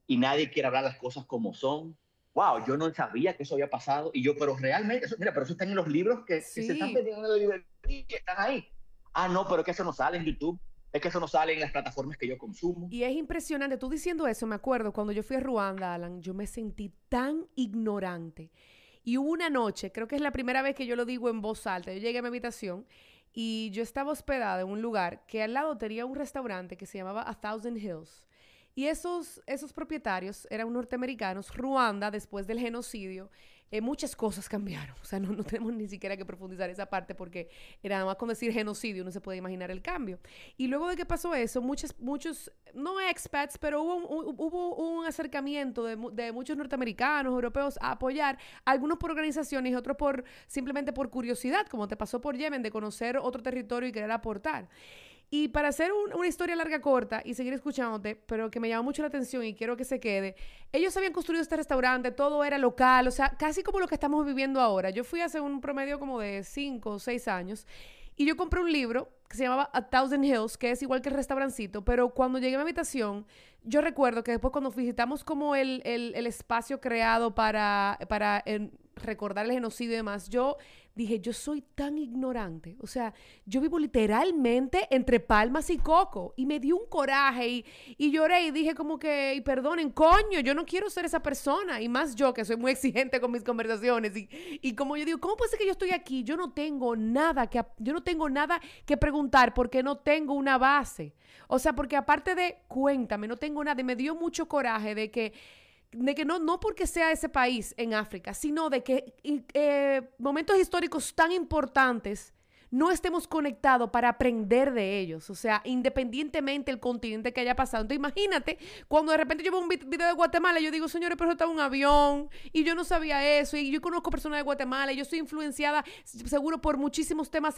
y nadie quiere hablar las cosas como son. Wow, yo no sabía que eso había pasado. Y yo, pero realmente, eso, mira, pero eso está en los libros que se están Sí. vendiendo en la librería, que están ahí. Ah, no, pero es que eso no sale en YouTube, es que eso no sale en las plataformas que yo consumo. Y es impresionante, tú diciendo eso, me acuerdo, cuando yo fui a Ruanda, Alan, yo me sentí tan ignorante. Y hubo una noche, creo que es la primera vez que yo lo digo en voz alta, yo llegué a mi habitación y yo estaba hospedada en un lugar que al lado tenía un restaurante que se llamaba A Thousand Hills. Y esos propietarios eran norteamericanos. Ruanda, después del genocidio, muchas cosas cambiaron. O sea, no tenemos ni siquiera que profundizar esa parte porque era nada más con decir genocidio uno se puede imaginar el cambio. Y luego de que pasó eso, muchos, no expats, pero hubo un acercamiento de muchos norteamericanos, europeos, a apoyar, algunos por organizaciones y otros simplemente por curiosidad, como te pasó por Yemen, de conocer otro territorio y querer aportar. Y para hacer una historia larga corta y seguir escuchándote, pero que me llama mucho la atención y quiero que se quede, ellos habían construido este restaurante, todo era local, o sea, casi como lo que estamos viviendo ahora. Yo fui hace un promedio como de 5 o 6 años y yo compré un libro que se llamaba A Thousand Hills, que es igual que el restaurancito, pero cuando llegué a mi habitación, yo recuerdo que después cuando visitamos como el espacio creado para recordar el genocidio y demás, yo dije, yo soy tan ignorante. O sea, yo vivo literalmente entre Palmas y Coco. Y me dio un coraje y lloré y dije como que, y perdonen, coño, yo no quiero ser esa persona. Y más yo, que soy muy exigente con mis conversaciones. Y como yo digo, ¿cómo puede ser que yo estoy aquí? Yo no tengo nada que preguntar porque no tengo una base. O sea, porque aparte de, cuéntame, no tengo nada. Y me dio mucho coraje de que no porque sea ese país en África, sino de que momentos históricos tan importantes no estemos conectados para aprender de ellos. O sea, independientemente del continente que haya pasado. Entonces, imagínate, cuando de repente yo veo un video de Guatemala, yo digo, señores, pero eso estaba en un avión, y yo no sabía eso, y yo conozco personas de Guatemala, y yo soy influenciada, seguro, por muchísimos temas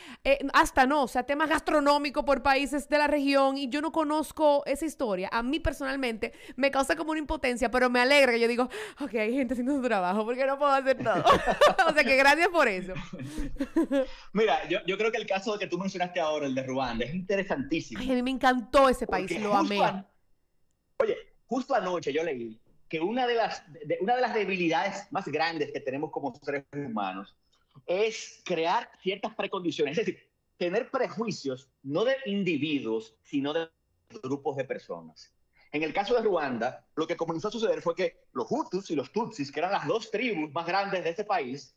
o sea, temas gastronómicos por países de la región, y yo no conozco esa historia. A mí, personalmente, me causa como una impotencia, pero me alegra. Yo digo, ok, hay gente haciendo su trabajo, porque no puedo hacer todo. O sea, que gracias por eso. Mira, yo creo que el caso que tú mencionaste ahora, el de Ruanda, es interesantísimo. Ay, a mí me encantó ese país, Porque lo amé. justo anoche yo leí que una de las debilidades más grandes que tenemos como seres humanos es crear ciertas precondiciones, es decir, tener prejuicios no de individuos, sino de grupos de personas. En el caso de Ruanda, lo que comenzó a suceder fue que los Hutus y los Tutsis, que eran las dos tribus más grandes de ese país,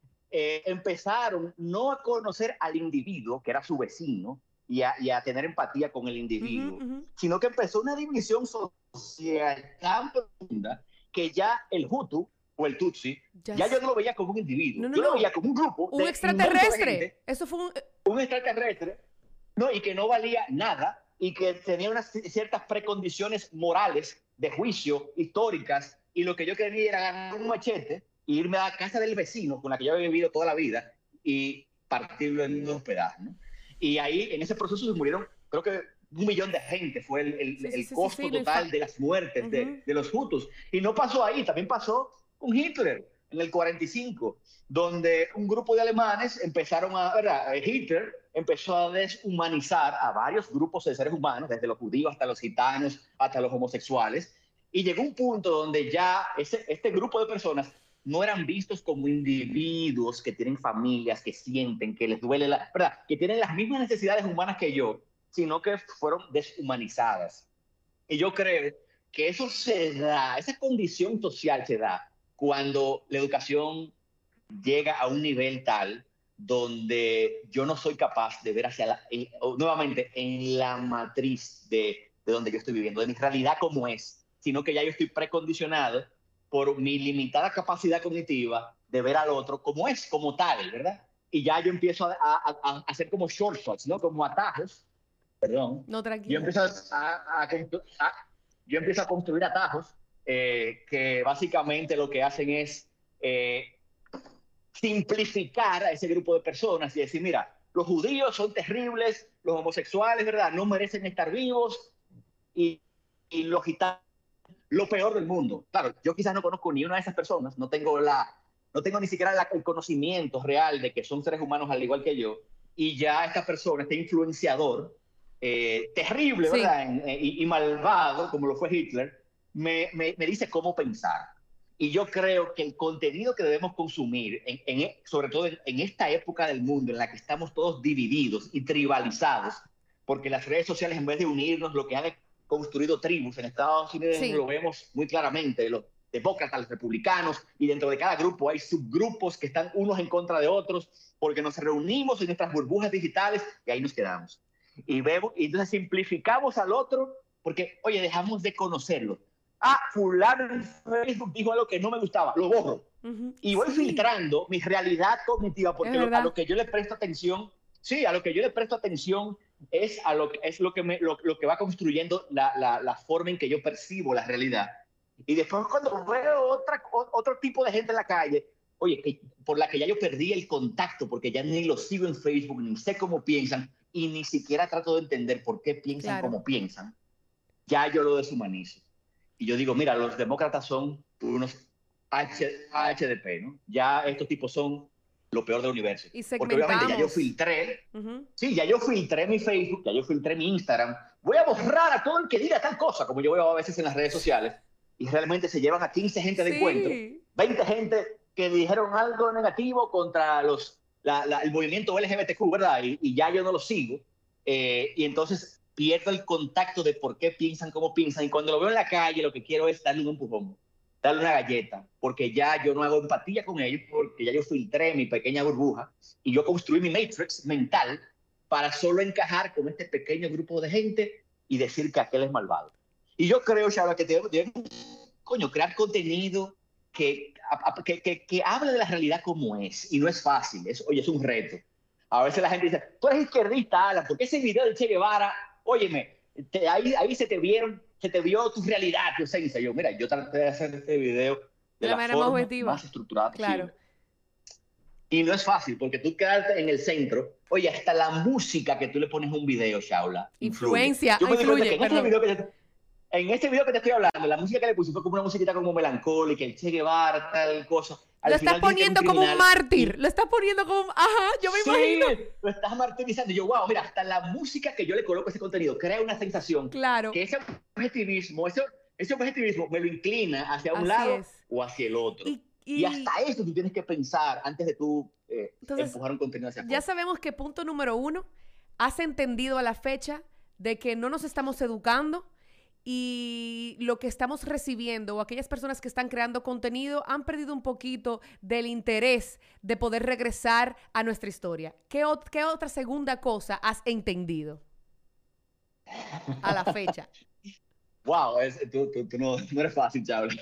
empezaron no a conocer al individuo, que era su vecino, y a tener empatía con el individuo, sino que empezó una división social tan profunda que ya el Hutu o el Tutsi, ya yo no lo veía como un individuo, yo lo veía como un grupo un de extraterrestre. De gente, eso fue un extraterrestre, ¿no? Y que no valía nada y que tenía unas ciertas precondiciones morales de juicio históricas, y lo que yo quería era ganar un machete e irme a la casa del vecino con la que yo había vivido toda la vida y partirlo en dos pedazos, ¿no? Y ahí, en ese proceso, se murieron, creo que 1 millón de gente fue el costo total de las muertes de los Hutus. Y no pasó ahí, también pasó con Hitler en el 45, donde un grupo de alemanes empezaron ¿verdad? Hitler empezó a deshumanizar a varios grupos de seres humanos, desde los judíos hasta los gitanos, hasta los homosexuales, y llegó un punto donde ya este grupo de personas no eran vistos como individuos que tienen familias, que sienten, que les duele ¿verdad? Que tienen las mismas necesidades humanas que yo, sino que fueron deshumanizadas. Y yo creo que eso se da, esa condición social se da cuando la educación llega a un nivel tal donde yo no soy capaz de ver nuevamente en la matriz de donde yo estoy viviendo, de mi realidad como es, sino que ya yo estoy precondicionado por mi limitada capacidad cognitiva de ver al otro como es, como tal, ¿verdad? Y ya yo empiezo a hacer como shortcuts, ¿no? Como atajos, perdón. No, tranquilo. Yo empiezo a construir atajos que básicamente lo que hacen es simplificar a ese grupo de personas y decir, mira, los judíos son terribles, los homosexuales, ¿verdad? No merecen estar vivos, y los gitanos, lo peor del mundo. Claro, yo quizás no conozco ni una de esas personas, no tengo ni siquiera el conocimiento real de que son seres humanos al igual que yo, y ya esta persona, este influenciador terrible, ¿verdad? Y malvado, como lo fue Hitler, me dice cómo pensar. Y yo creo que el contenido que debemos consumir, sobre todo en esta época del mundo en la que estamos todos divididos y tribalizados, porque las redes sociales, en vez de unirnos, lo que han construido tribus. En Estados Unidos Sí. lo vemos muy claramente, los demócratas, los republicanos, y dentro de cada grupo hay subgrupos que están unos en contra de otros, porque nos reunimos en nuestras burbujas digitales y ahí nos quedamos. Y vemos, y entonces simplificamos al otro, porque, oye, dejamos de conocerlo. Ah, fulano en Facebook dijo algo que no me gustaba, lo borro. Y voy filtrando mi realidad cognitiva, porque a lo que yo le presto atención, sí, a lo que yo le presto atención es lo que va construyendo la forma en que yo percibo la realidad. Y después cuando veo otro tipo de gente en la calle, oye, por la que ya yo perdí el contacto, porque ya ni los sigo en Facebook, ni sé cómo piensan, y ni siquiera trato de entender por qué piensan como piensan, ya yo lo deshumanizo. Y yo digo, mira, los demócratas son unos HDP, ¿no? Ya estos tipos son lo peor del universo. Y segmentamos. Porque obviamente ya yo filtré, sí, ya yo filtré mi Facebook, ya yo filtré mi Instagram. Voy a borrar a todo el que diga tal cosa, como yo veo a veces en las redes sociales, y realmente se llevan a 15 gente de encuentro, 20 gente que dijeron algo negativo contra el movimiento LGBTQ, ¿verdad? Y ya yo no lo sigo. Y entonces pierdo el contacto de por qué piensan como piensan, y cuando lo veo en la calle lo que quiero es darle un empujón, darle una galleta, porque ya yo no hago empatía con ellos, porque ya yo filtré mi pequeña burbuja y yo construí mi matrix mental para solo encajar con este pequeño grupo de gente y decir que aquel es malvado. Y yo creo, Shaula, que debemos crear contenido que hable de la realidad como es, y no es fácil, es un reto. A veces la gente dice, tú eres izquierdista, Alan, porque ese video de Che Guevara, óyeme, ahí se te vio tu realidad, tu esencia. Yo, mira, yo traté de hacer este video de la forma más estructurada posible. Y no es fácil, porque tú quedarte en el centro, oye, hasta la música que tú le pones a un video, Shaula, influencia. Yo me di cuenta que en este video que te estoy hablando, la música que le puse fue como una musiquita como melancólica, el Che Guevara, tal cosa. Lo estás poniendo como un mártir, lo estás poniendo como, yo me imagino. Lo estás martirizando. Y yo, wow, mira, hasta la música que yo le coloco a ese contenido crea una sensación. Claro. Que ese objetivismo me lo inclina hacia un lado o hacia el otro. Y hasta eso tú tienes que pensar antes de tú empujar un contenido hacia afuera. Ya sabemos que punto número 1, has entendido a la fecha de que no nos estamos educando, y lo que estamos recibiendo, o aquellas personas que están creando contenido, han perdido un poquito del interés de poder regresar a nuestra historia. ¿Qué otra segunda cosa has entendido a la fecha? Wow, tú no eres fácil, Shaula.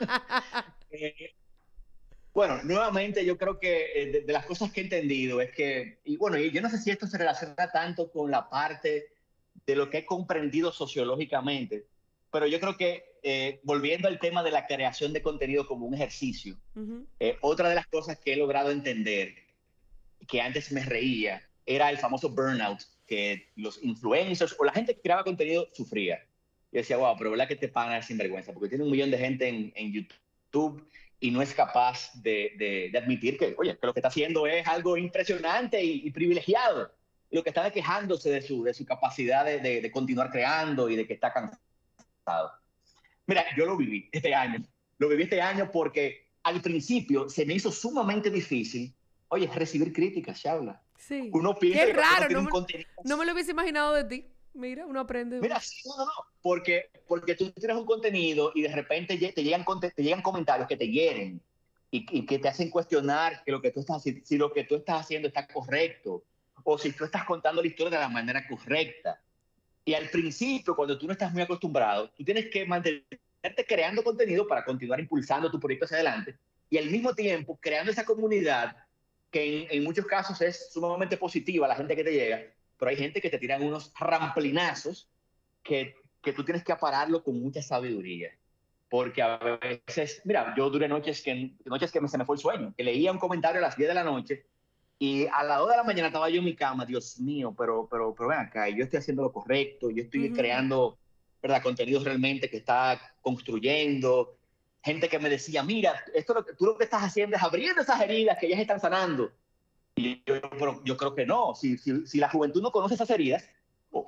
Bueno, nuevamente yo creo que de las cosas que he entendido es que, y bueno, yo no sé si esto se relaciona tanto con la parte de lo que he comprendido sociológicamente, pero yo creo que volviendo al tema de la creación de contenido como un ejercicio, otra de las cosas que he logrado entender, que antes me reía, era el famoso burnout que los influencers o la gente que creaba contenido sufría. Yo decía, wow, pero ¿verdad que te pagan sinvergüenza? Porque tiene un millón de gente en YouTube y no es capaz de admitir que, oye, que lo que está haciendo es algo impresionante y privilegiado. Lo que está quejándose de su capacidad de continuar creando y de que está cansado. Mira, yo lo viví este año. Lo viví este año porque al principio se me hizo sumamente difícil, oye, recibir críticas, Shaula. Sí. Uno piensa Qué que raro, tiene un contenido. No me lo hubiese imaginado de ti. Mira, uno aprende. Mira, sí, no. Porque tú tienes un contenido y de repente te llegan comentarios que te hieren y que te hacen cuestionar que lo que tú estás haciendo, si lo que tú estás haciendo está correcto, o si tú estás contando la historia de la manera correcta. Y al principio, cuando tú no estás muy acostumbrado, tú tienes que mantenerte creando contenido para continuar impulsando tu proyecto hacia adelante y al mismo tiempo creando esa comunidad que en muchos casos es sumamente positiva, la gente que te llega, pero hay gente que te tiran unos ramplinazos que tú tienes que apararlo con mucha sabiduría. Porque a veces, mira, yo duré noches que se me fue el sueño, que leía un comentario a las 10 de la noche y a las 2 de la mañana estaba yo en mi cama, Dios mío, pero ven acá, yo estoy haciendo lo correcto, yo estoy creando, ¿verdad?, contenido realmente que está construyendo. Gente que me decía, mira, tú lo que estás haciendo es abriendo esas heridas que ya se están sanando. Y yo creo que no, si la juventud no conoce esas heridas, o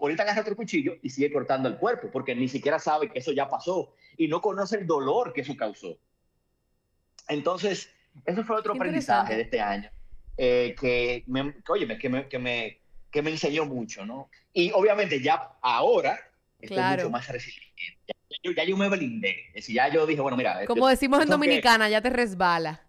ahorita agarra otro cuchillo y sigue cortando el cuerpo, porque ni siquiera sabe que eso ya pasó y no conoce el dolor que eso causó. Entonces, eso fue otro aprendizaje de este año, que me enseñó mucho, ¿no? Y obviamente ya ahora estoy mucho más resiliente. Ya yo me blindé. Es decir, ya yo dije, bueno, mira. Como decimos en Dominicana, ya te resbala.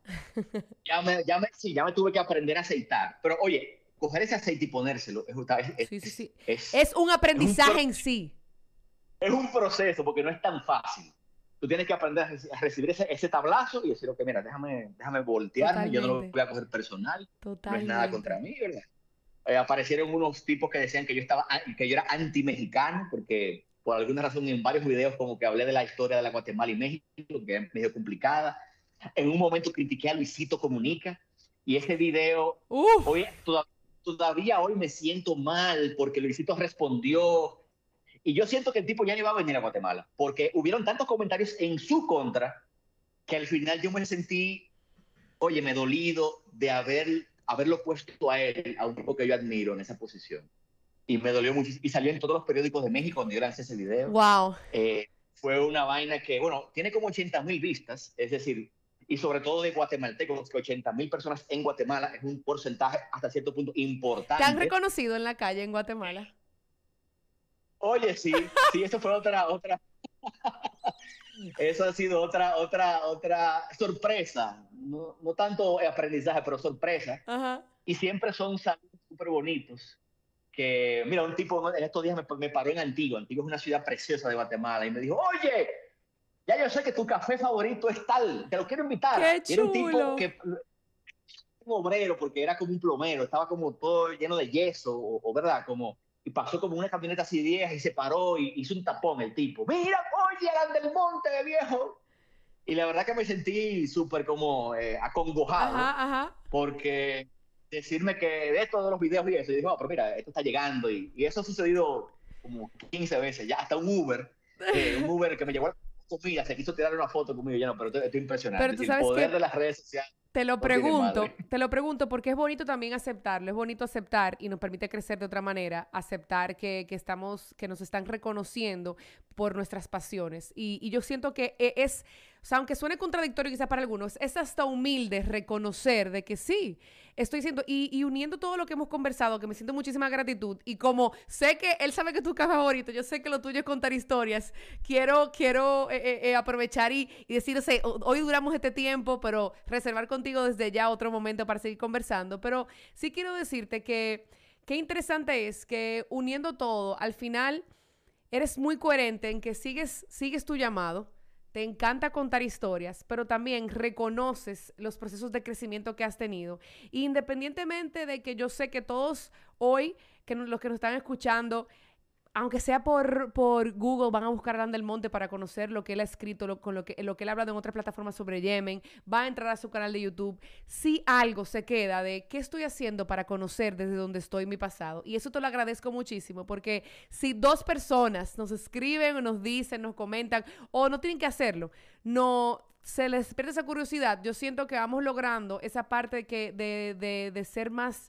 Sí, ya me tuve que aprender a aceitar. Pero oye, coger ese aceite y ponérselo sí. Es un aprendizaje en sí. Es un proceso porque no es tan fácil. Tú tienes que aprender a recibir ese tablazo y decir, ok, mira, déjame voltearme. Totalmente. Yo no lo voy a coger personal. Totalmente. No es nada contra mí, ¿verdad? Aparecieron unos tipos que decían que yo era anti-mexicano porque por alguna razón en varios videos como que hablé de la historia de la Guatemala y México, que es medio complicada. En un momento critiqué a Luisito Comunica y ese video, hoy, todavía hoy me siento mal porque Luisito respondió y yo siento que el tipo ya no iba a venir a Guatemala porque hubieron tantos comentarios en su contra que al final yo me sentí, oye, me dolido de haberlo puesto a él, a un tipo que yo admiro en esa posición. Y me dolió mucho. Y salió en todos los periódicos de México cuando yo lancé ese video. Wow. Fue una vaina que, bueno, tiene como 80,000 vistas, es decir, y sobre todo de guatemaltecos, que 80,000 personas en Guatemala es un porcentaje hasta cierto punto importante. ¿Te han reconocido en la calle en Guatemala? Oye, sí, eso fue otra. Eso ha sido otra sorpresa. No tanto aprendizaje, pero sorpresa. Ajá. Y siempre son saludos súper bonitos. Que, mira, un tipo en estos días me paró en Antigua. Antigua es una ciudad preciosa de Guatemala. Y me dijo, oye, ya yo sé que tu café favorito es tal. Te lo quiero invitar. ¡Qué chulo! Era un tipo que... Un obrero, porque era como un plomero. Estaba como todo lleno de yeso, o ¿verdad? Y pasó como una camioneta así vieja y se paró y hizo un tapón el tipo. Mira, oye, Alan del Monte, viejo. Y la verdad que me sentí súper como acongojado. Ajá. Porque decirme que de todos los videos y eso, y dijo, pero mira, esto está llegando. Y eso ha sucedido como 15 veces. Ya hasta un Uber que me llevó a la comida, se quiso tirar una foto conmigo. Ya no, pero estoy impresionante. Pero tú sabes el poder de las redes sociales. Te lo pregunto porque es bonito también aceptarlo, es bonito aceptar y nos permite crecer de otra manera, aceptar que nos están reconociendo por nuestras pasiones. Y yo siento que o sea, aunque suene contradictorio quizá para algunos, es hasta humilde reconocer de que sí, estoy siendo, y uniendo todo lo que hemos conversado, que me siento muchísima gratitud, y como sé que él sabe que es tu café favorito, yo sé que lo tuyo es contar historias, quiero aprovechar y decir, o sea, hoy duramos este tiempo, pero reservar contigo desde ya otro momento para seguir conversando, pero sí quiero decirte que qué interesante es que uniendo todo, al final eres muy coherente en que sigues tu llamado, te encanta contar historias, pero también reconoces los procesos de crecimiento que has tenido. Independientemente de que yo sé que todos hoy, los que nos están escuchando, aunque sea por Google, van a buscar a Alan del Monte para conocer lo que él ha escrito, lo que él ha hablado en otras plataformas sobre Yemen, va a entrar a su canal de YouTube. Si algo se queda de qué estoy haciendo para conocer desde donde estoy mi pasado. Y eso te lo agradezco muchísimo, porque si 2 personas nos escriben o nos dicen, nos comentan, o no tienen que hacerlo, no se les pierde esa curiosidad, yo siento que vamos logrando esa parte de ser más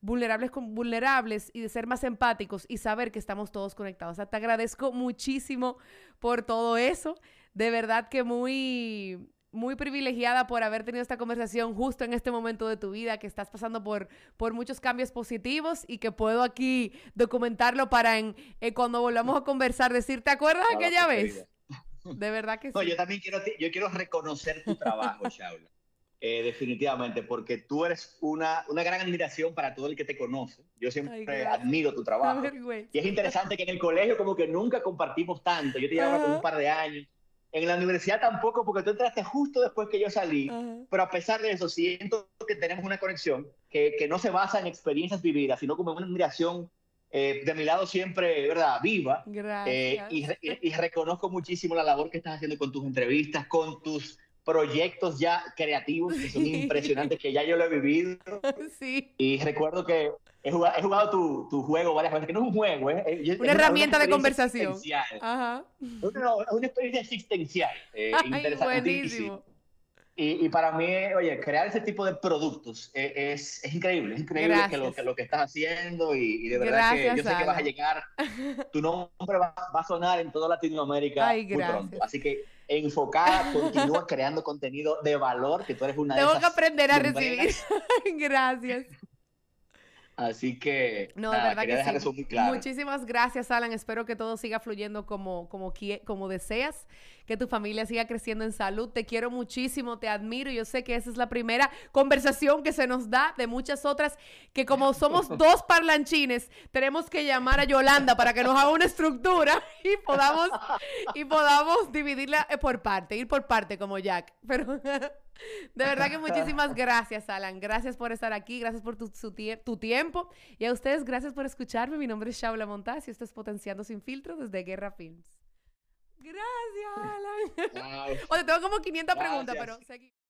vulnerables y de ser más empáticos y saber que estamos todos conectados. O sea, te agradezco muchísimo por todo eso. De verdad que muy, muy privilegiada por haber tenido esta conversación justo en este momento de tu vida, que estás pasando por muchos cambios positivos y que puedo aquí documentarlo para cuando volvamos a conversar, decir, ¿te acuerdas aquella vez? De verdad que sí. No, yo también quiero reconocer tu trabajo, Shaula. Definitivamente, porque tú eres una gran admiración para todo el que te conoce. Yo siempre admiro tu trabajo. Y es interesante que en el colegio como que nunca compartimos tanto. Yo te llevaba con un par de años. En la universidad tampoco, porque tú entraste justo después que yo salí. Pero a pesar de eso, siento que tenemos una conexión que no se basa en experiencias vividas, sino como en una admiración de mi lado siempre, ¿verdad? Viva. Gracias. Y reconozco muchísimo la labor que estás haciendo con tus entrevistas, con tus proyectos ya creativos que son impresionantes, que ya yo lo he vivido. Sí. Y recuerdo que he jugado tu juego varias veces, que no es un juego, una herramienta de conversación. Ajá. Es una experiencia existencial, interesantísima. Y para mí, oye, crear ese tipo de productos es increíble. Es increíble Gracias. que lo que estás haciendo y de verdad que yo Gracias, sé que vas a Alan. llegar, tu nombre va a sonar en toda Latinoamérica Ay, muy pronto. gracias. Así que enfocada, continúa creando contenido de valor, que tú eres una de Tengo que esas aprender a recibir. lumbreras. Gracias. Así que, No, de nada, verdad quería que dejar sí. eso muy claro. Muchísimas gracias, Alan. Espero que todo siga fluyendo como deseas, que tu familia siga creciendo en salud. Te quiero muchísimo, te admiro. Yo sé que esa es la primera conversación que se nos da de muchas otras, que como somos dos parlanchines, tenemos que llamar a Yolanda para que nos haga una estructura y podamos dividirla por parte, ir por parte como Jack. Pero de verdad que muchísimas gracias, Alan. Gracias por estar aquí, gracias por tu tiempo. Y a ustedes, gracias por escucharme. Mi nombre es Shaula Montaz y esto es Potenciando Sin Filtro desde Guerra Films. Gracias, Alan. Wow, Oye, tengo como 500 preguntas, gracias. pero seguimos.